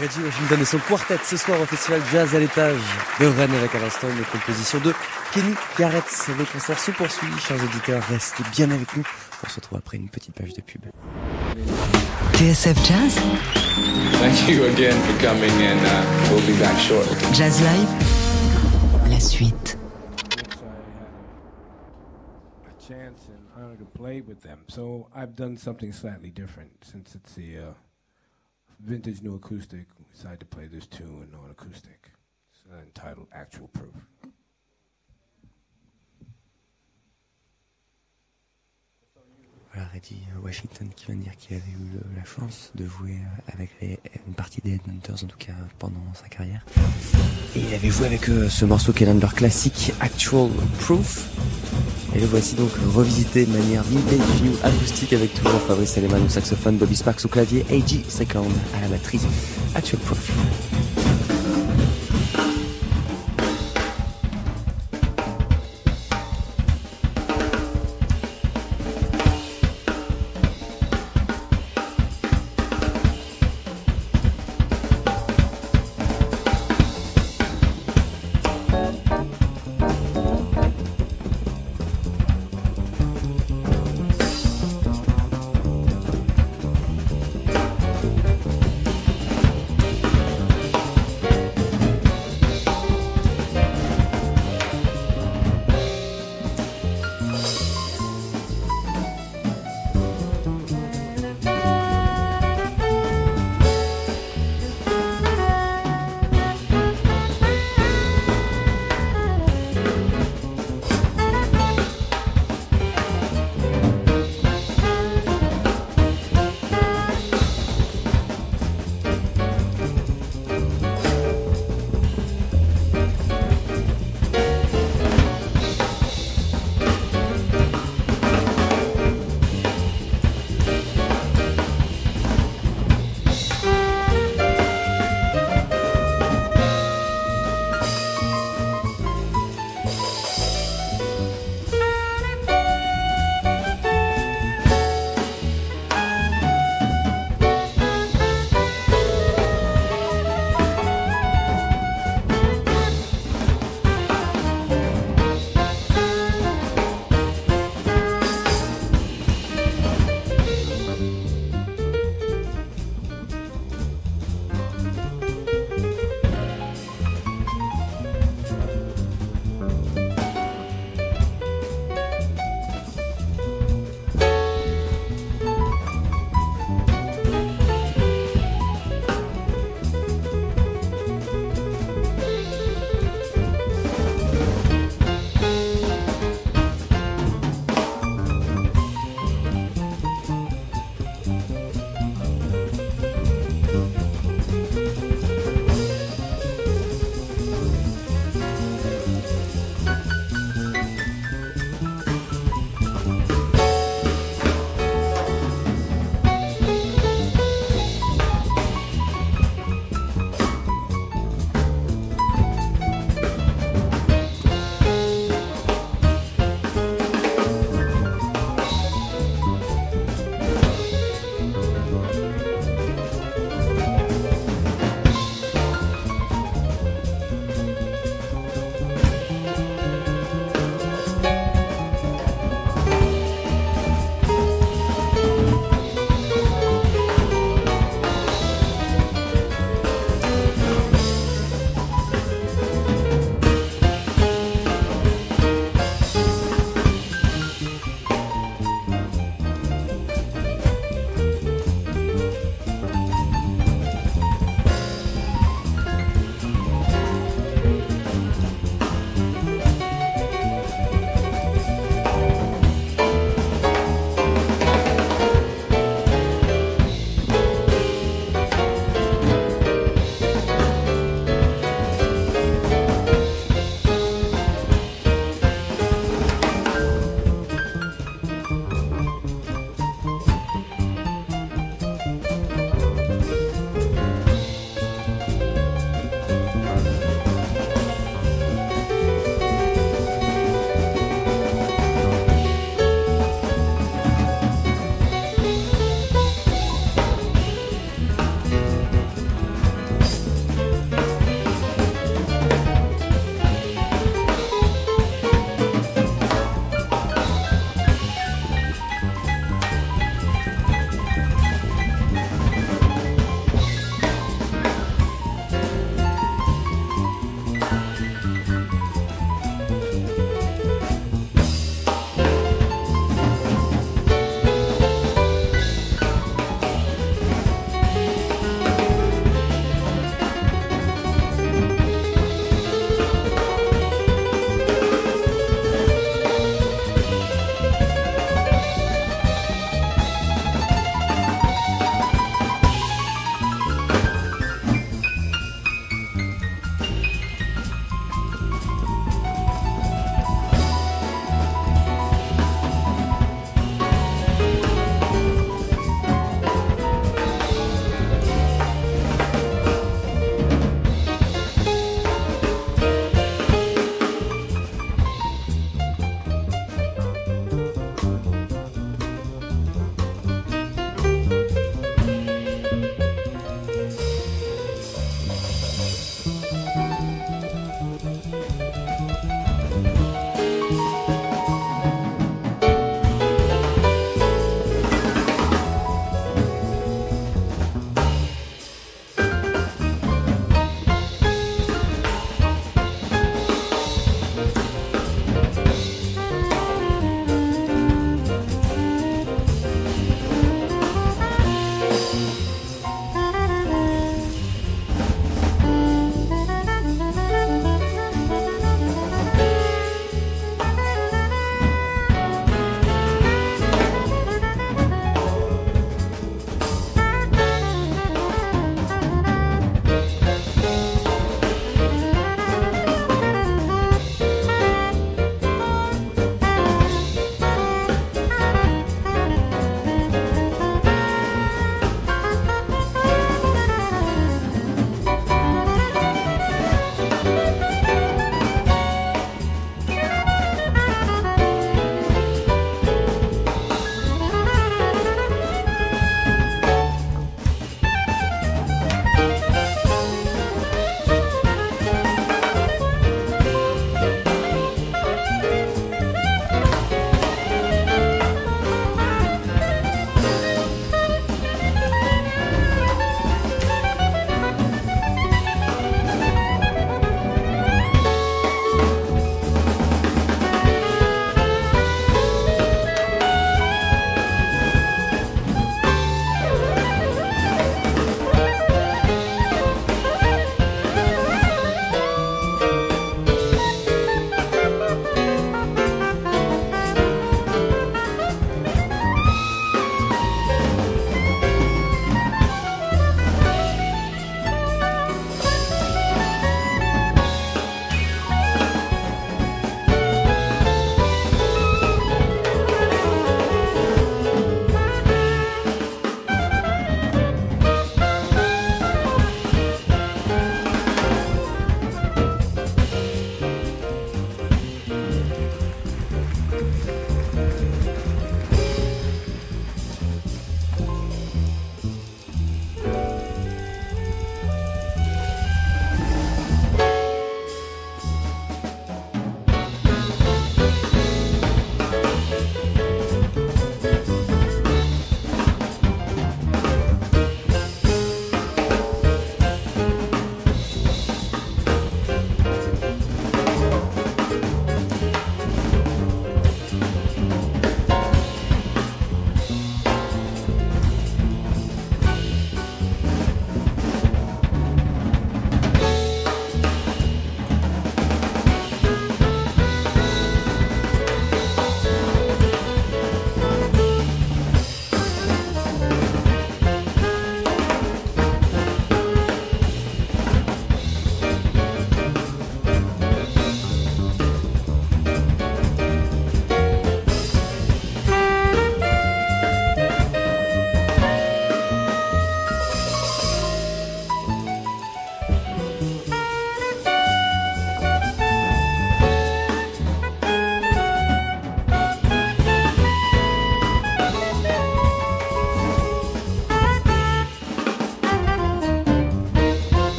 Reggie Washington et son quartet ce soir au festival Jazz à l'étage de Rennes avec à l'instant une composition de Kenny Garrett. Le concert se poursuit, chers auditeurs, restez bien avec nous. On se retrouve après une petite page de pub.
T S F Jazz,
Thank you again for coming, and uh, we'll be back shortly.
Jazz Live, la suite.
A chance and honor to play with them. So I've done something slightly different since it's the uh, vintage new acoustic. We decided to play this tune on acoustic. It's uh, entitled Actual Proof.
Voilà Reggie Washington qui vient de dire qu'il avait eu le- la chance de jouer avec les, une partie des Headhunters, en tout cas pendant sa carrière. Et il avait joué avec eux ce morceau qui est l'un de leurs classiques, Actual Proof. Et le voici donc revisité de manière vintage new acoustique avec toujours Fabrice Telemann au saxophone, Bobby Sparks au clavier, A G Second à la batterie. Actual Proof.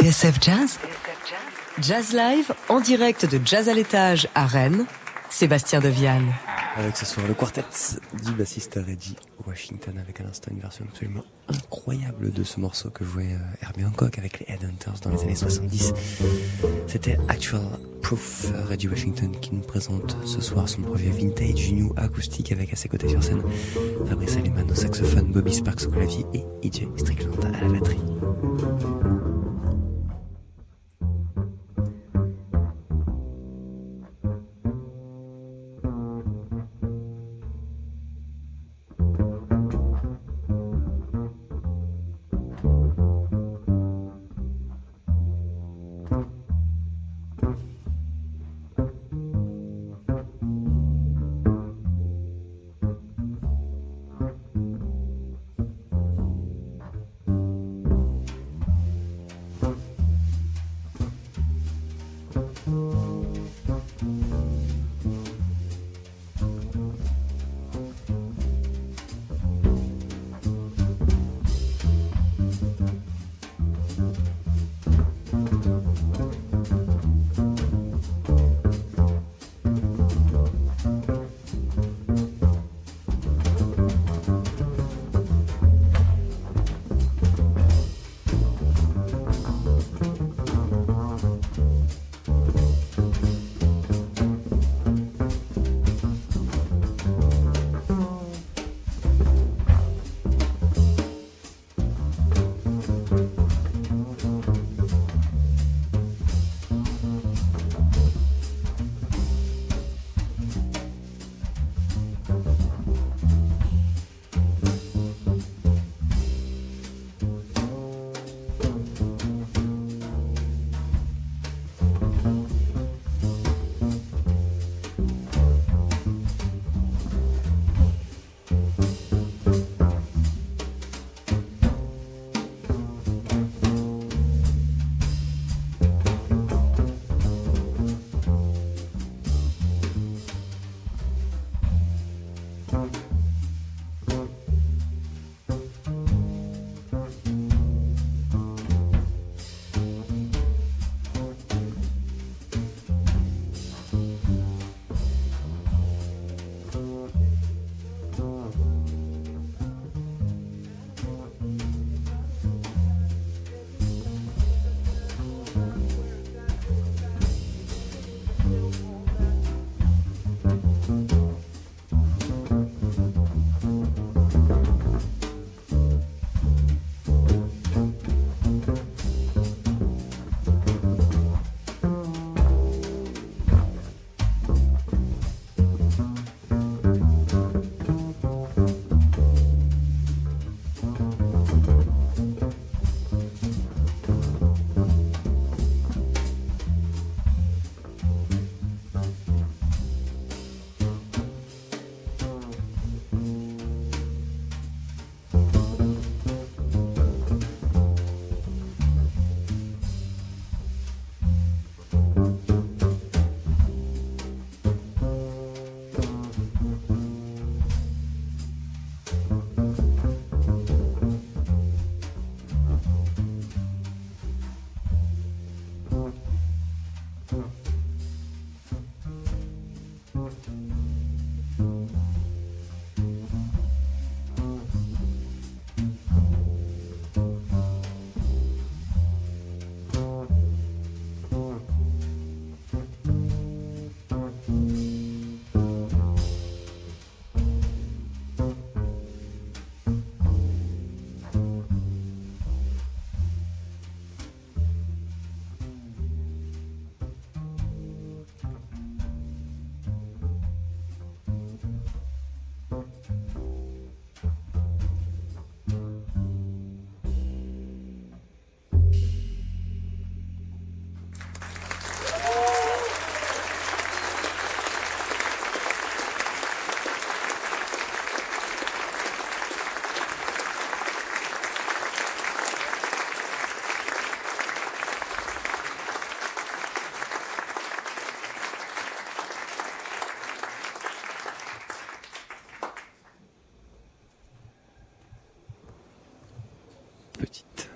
T S F Jazz, Jazz Live en direct de Jazz à l'étage à Rennes, Sébastien Deviane.
Avec ce soir le quartet du bassiste Reggie Washington, avec à l'instant une version absolument incroyable de ce morceau que jouait Herbie Hancock avec les Headhunters dans les années soixante-dix. C'était Actual Proof. Reggie Washington qui nous présente ce soir son projet Vintage New acoustique avec à ses côtés sur scène Fabrice Aleman au saxophone, Bobby Sparks au clavier et E J Strickland à la batterie.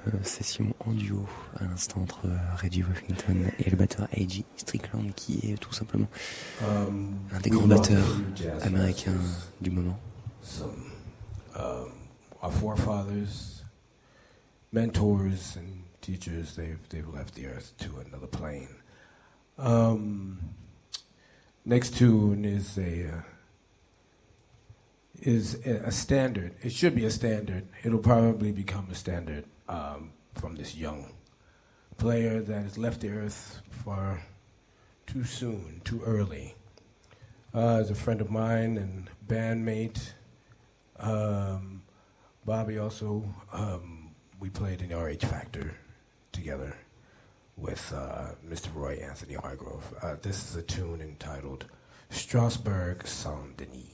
session en duo à l'instant entre Reggie Washington et le batteur A J Strickland, qui est tout simplement
Um,
un des
we
grands
love
batteurs
the jazz
américains
masters.
du moment.
Some um, our forefathers, mentors, and teachers. They've they've left the earth to another plane. Um, next tune is a uh, is a a standard. It should be a standard. It'll probably become a standard um, from this young player that has left the earth far too soon, too early. Uh, as a friend of mine and bandmate, um, Bobby also, um, we played in R H Factor together with uh, Mister Roy Anthony Hargrove. Uh, this is a tune entitled Strasbourg Saint-Denis.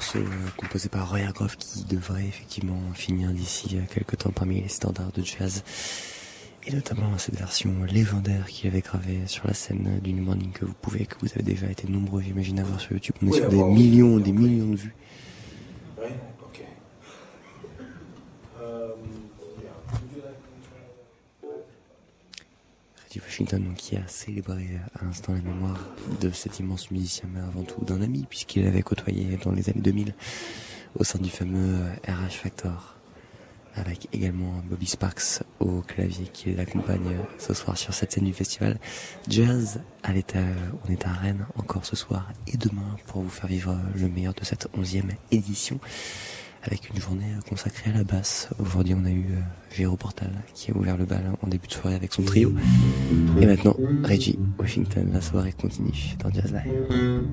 morceau euh, composé par Roy Hargrove qui devrait effectivement finir d'ici euh, quelques temps parmi les standards de jazz, et notamment cette version légendaire qu'il avait gravée sur la scène du New Morning que vous pouvez, que vous avez déjà été nombreux, j'imagine, à voir sur YouTube. On est
Oui,
sur des
bon,
millions,
oui.
des millions de vues.
Right? Okay. Um,
Reggie Washington, donc, qui a célébré à l'instant la mémoire de cet immense musicien, mais avant tout d'un ami, puisqu'il l'avait côtoyé dans les années deux mille au sein du fameux R H Factor, avec également Bobby Sparks au clavier qui l'accompagne ce soir sur cette scène du festival Jazz à l'état. On est à Rennes encore ce soir et demain pour vous faire vivre le meilleur de cette onzième édition, avec une journée consacrée à la basse. Aujourd'hui, on a eu euh, Géro Portal qui a ouvert le bal en début de soirée avec son trio. Et maintenant, Reggie Washington. La soirée continue dans Jazz Live.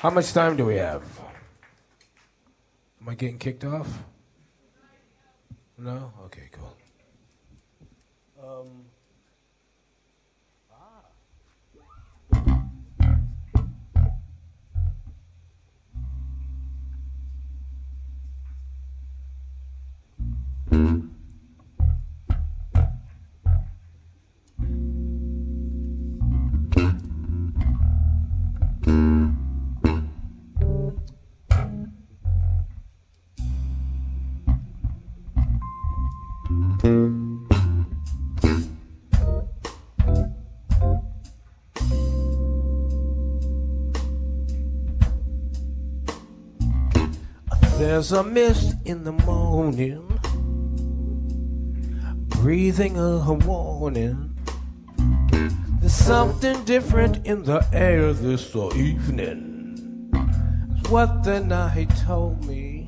How much time do we have? Am I getting kicked off? No? Okay, cool. Um, There's a mist in the morning, breathing a warning. There's something different in the air this evening. It's what the night told me.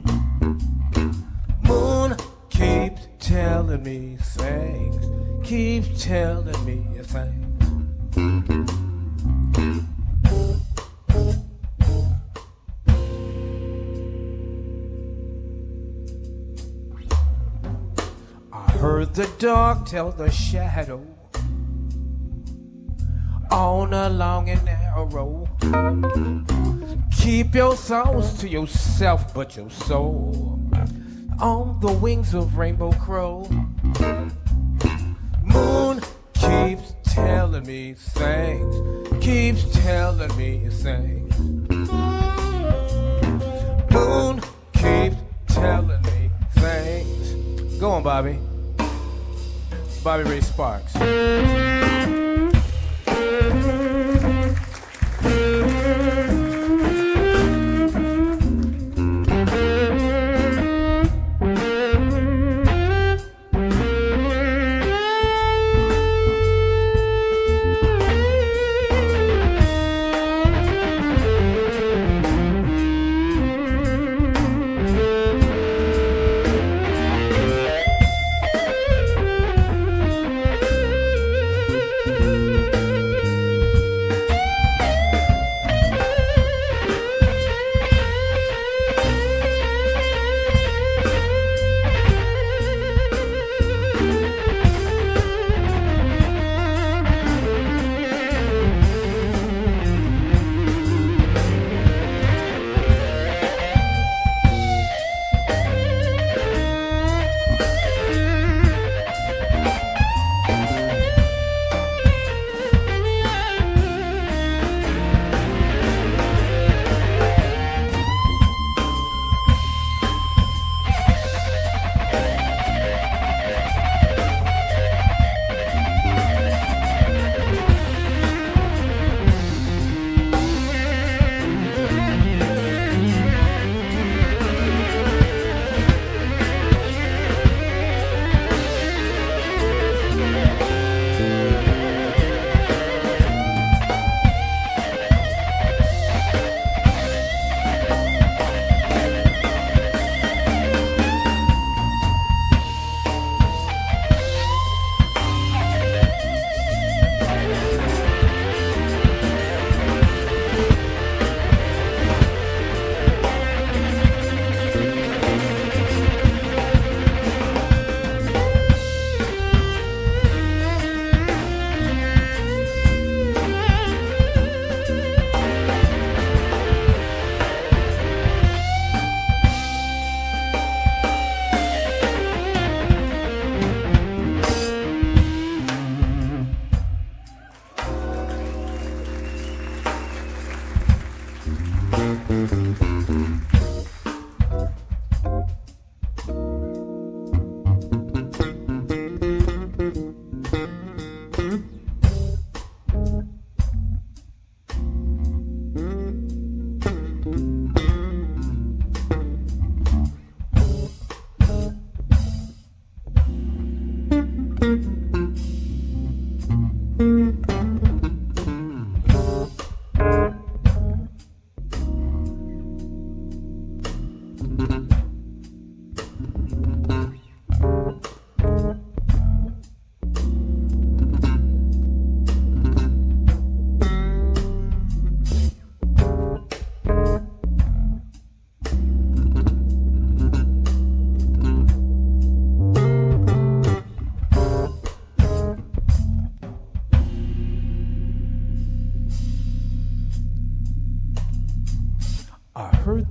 Moon keeps telling me things, keeps telling me things. Heard the dog tell the shadow on a long and narrow road. Keep your thoughts to yourself, but your soul on the wings of Rainbow Crow. Moon keeps telling me things, keeps telling me things. Moon keeps telling me things. Go on, Bobby. Bobby Ray Sparks.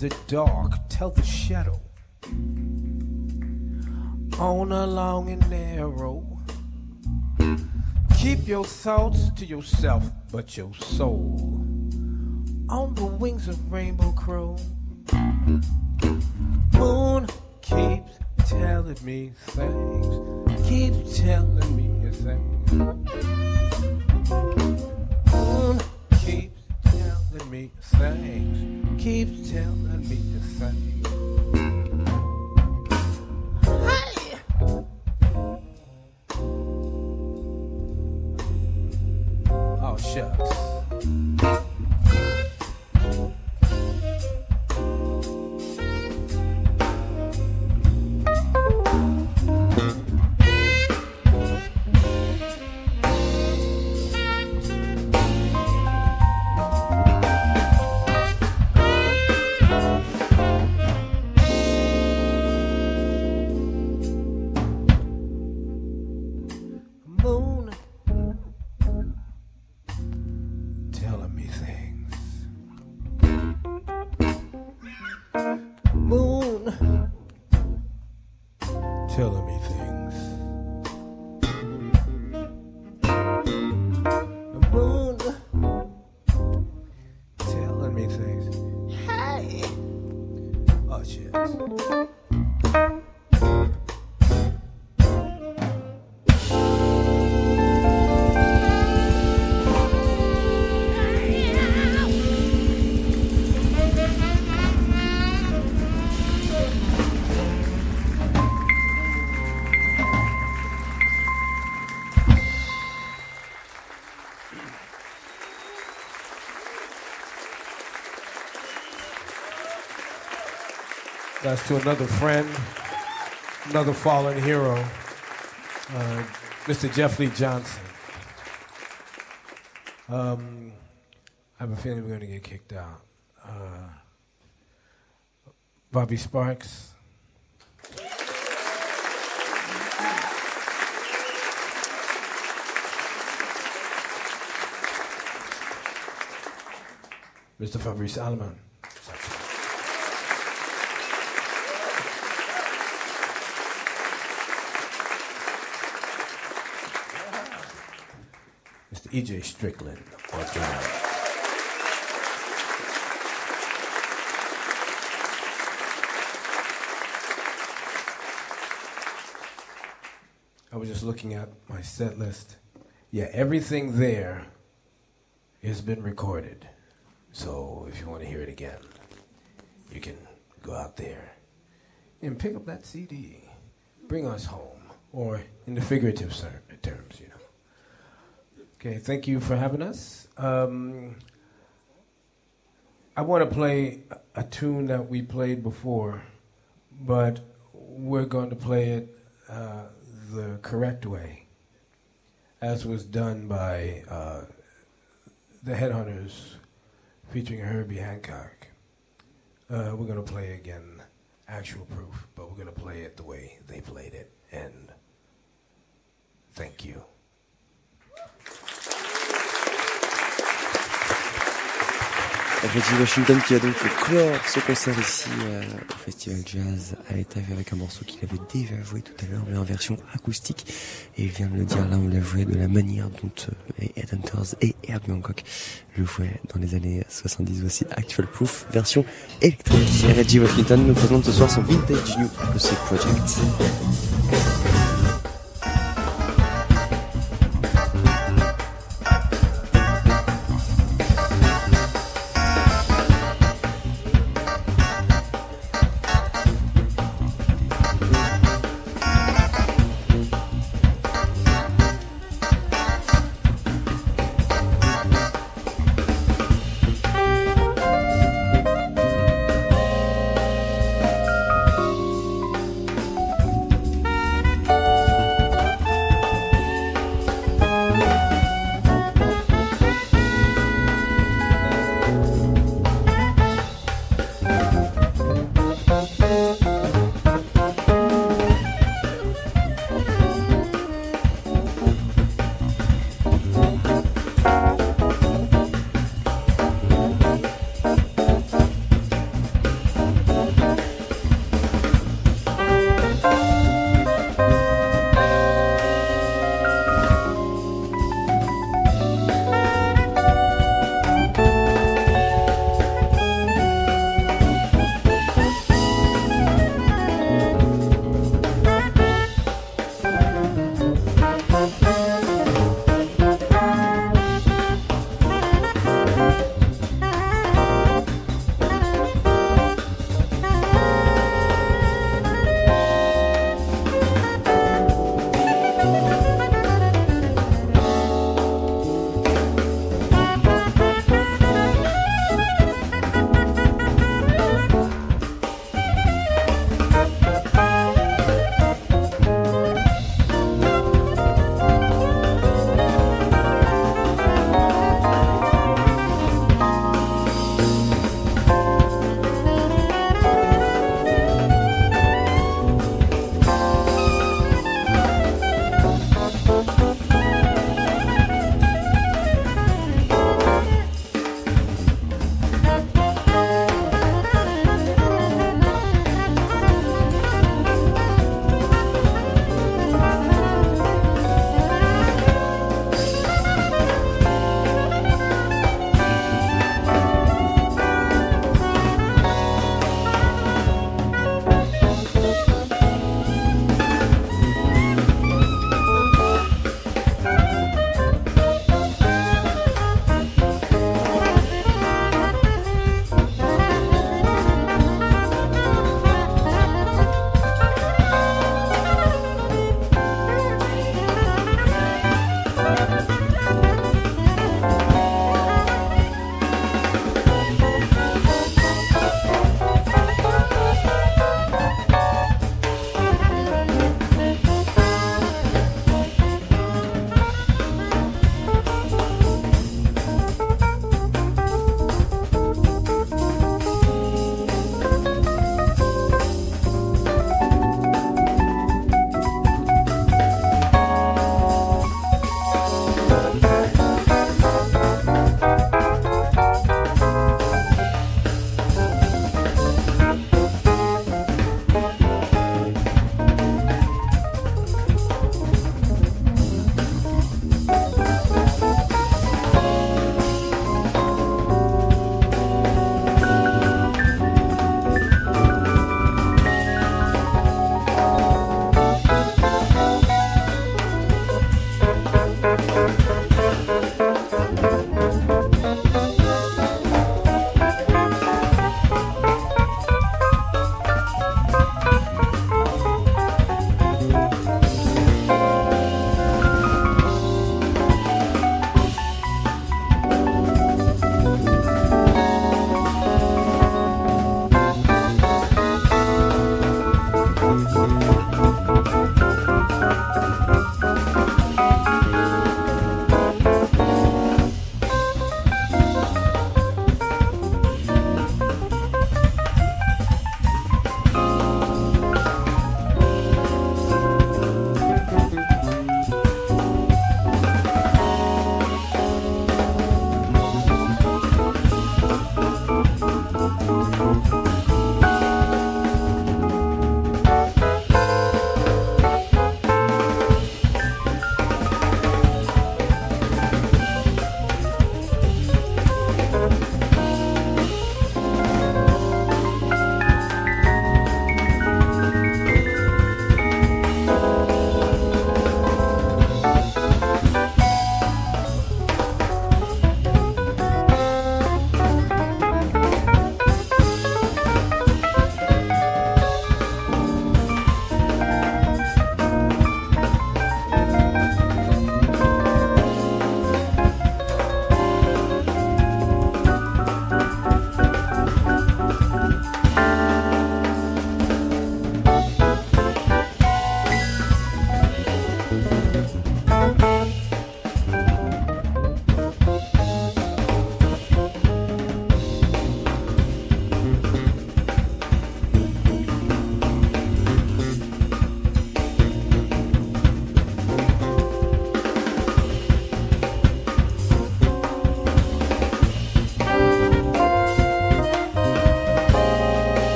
the dark, tell the shadow. On a long and narrow. Keep your thoughts to yourself, but your soul on the wings of Rainbow Crow. Moon keeps telling me things, keeps telling me things. Moon keeps telling me things, keeps telling me things. Hey! Oh, shucks. That's to another friend, another fallen hero, uh, Mister Jeff Lee Johnson. Um, I have a feeling we're going to get kicked out. Uh, Bobby Sparks. Mister Fabrice Allemand. Mister E J Strickland on drums. I was just looking at my set list. Yeah, everything there has been recorded. So if you want to hear it again, you can go out there and pick up that C D. Bring us home, or in the figurative terms, you know. Okay, thank you for having us. Um, I want to play a tune that we played before, but we're going to play it uh, the correct way, as was done by uh, the Headhunters featuring Herbie Hancock. Uh, we're going to play again Actual Proof, but we're going to play it the way they played it, and thank you.
Reggie Washington qui a donc clore ce concert ici euh, au Festival Jazz à l'étage avec un morceau qu'il avait déjà joué tout à l'heure mais en version acoustique, et il vient de le dire, là on l'a joué de la manière dont euh, les Headhunters et Herbie Hancock le jouaient dans les années soixante-dix. Voici Actual Proof version électronique. Et Reggie Washington nous présente ce soir son Vintage New Music Project.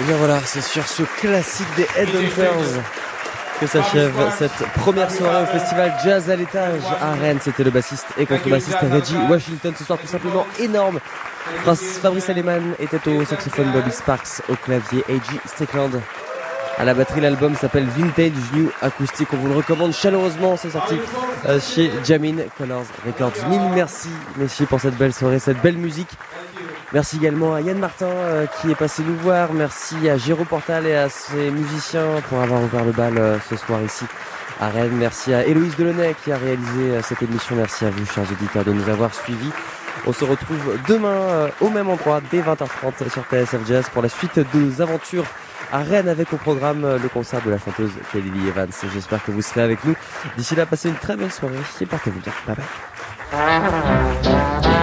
bien voilà, c'est sur ce classique des Headhunters que s'achève cette première soirée au festival Jazz à l'étage à Rennes. C'était le bassiste et contrebassiste Reggie Washington ce soir, tout simplement énorme. Fabrice Aleman était au saxophone, Bobby Sparks au clavier, A G Strickland à la batterie. L'album s'appelle Vintage New Acoustic, on vous le recommande chaleureusement, c'est sorti euh, chez Jamin Colors Records. Mille merci messieurs pour cette belle soirée, cette belle musique. Merci également à Yann Martin euh, qui est passé nous voir. Merci à Géraud Portal et à ses musiciens pour avoir ouvert le bal euh, ce soir ici à Rennes. Merci à Héloïse Delaunay qui a réalisé euh, cette émission. Merci à vous, chers auditeurs, de nous avoir suivis. On se retrouve demain euh, au même endroit dès vingt heures trente sur T S F Jazz pour la suite de nos aventures à Rennes avec au programme euh, le concert de la chanteuse Kelly Lee Evans. J'espère que vous serez avec nous. D'ici là, passez une très belle soirée et portez-vous bien. Bye bye.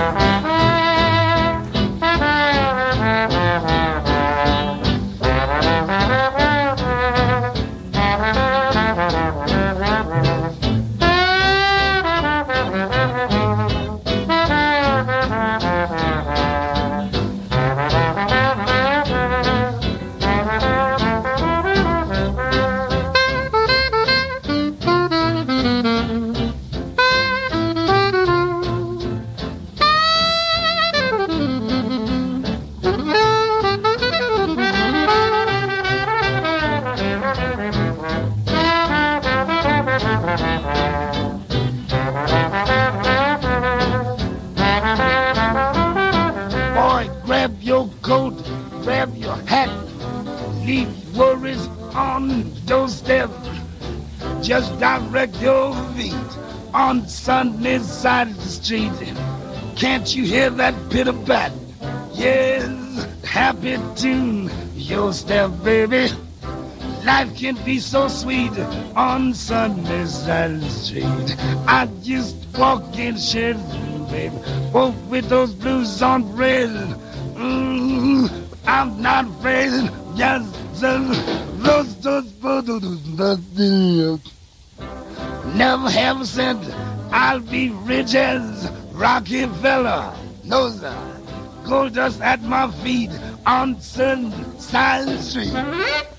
Just direct your feet on Sunday side of the street. Can't you hear that pitter-pat? Yes, happy tune your step, baby. Life can be so sweet on Sunday side of the street. I just walk in shit, baby, oh, with those blues on bread. Mm, I'm not afraid, just those, those, those, never have a cent, I'll be rich as Rockefeller. No, sir. Gold dust at my feet on Sunshine Street.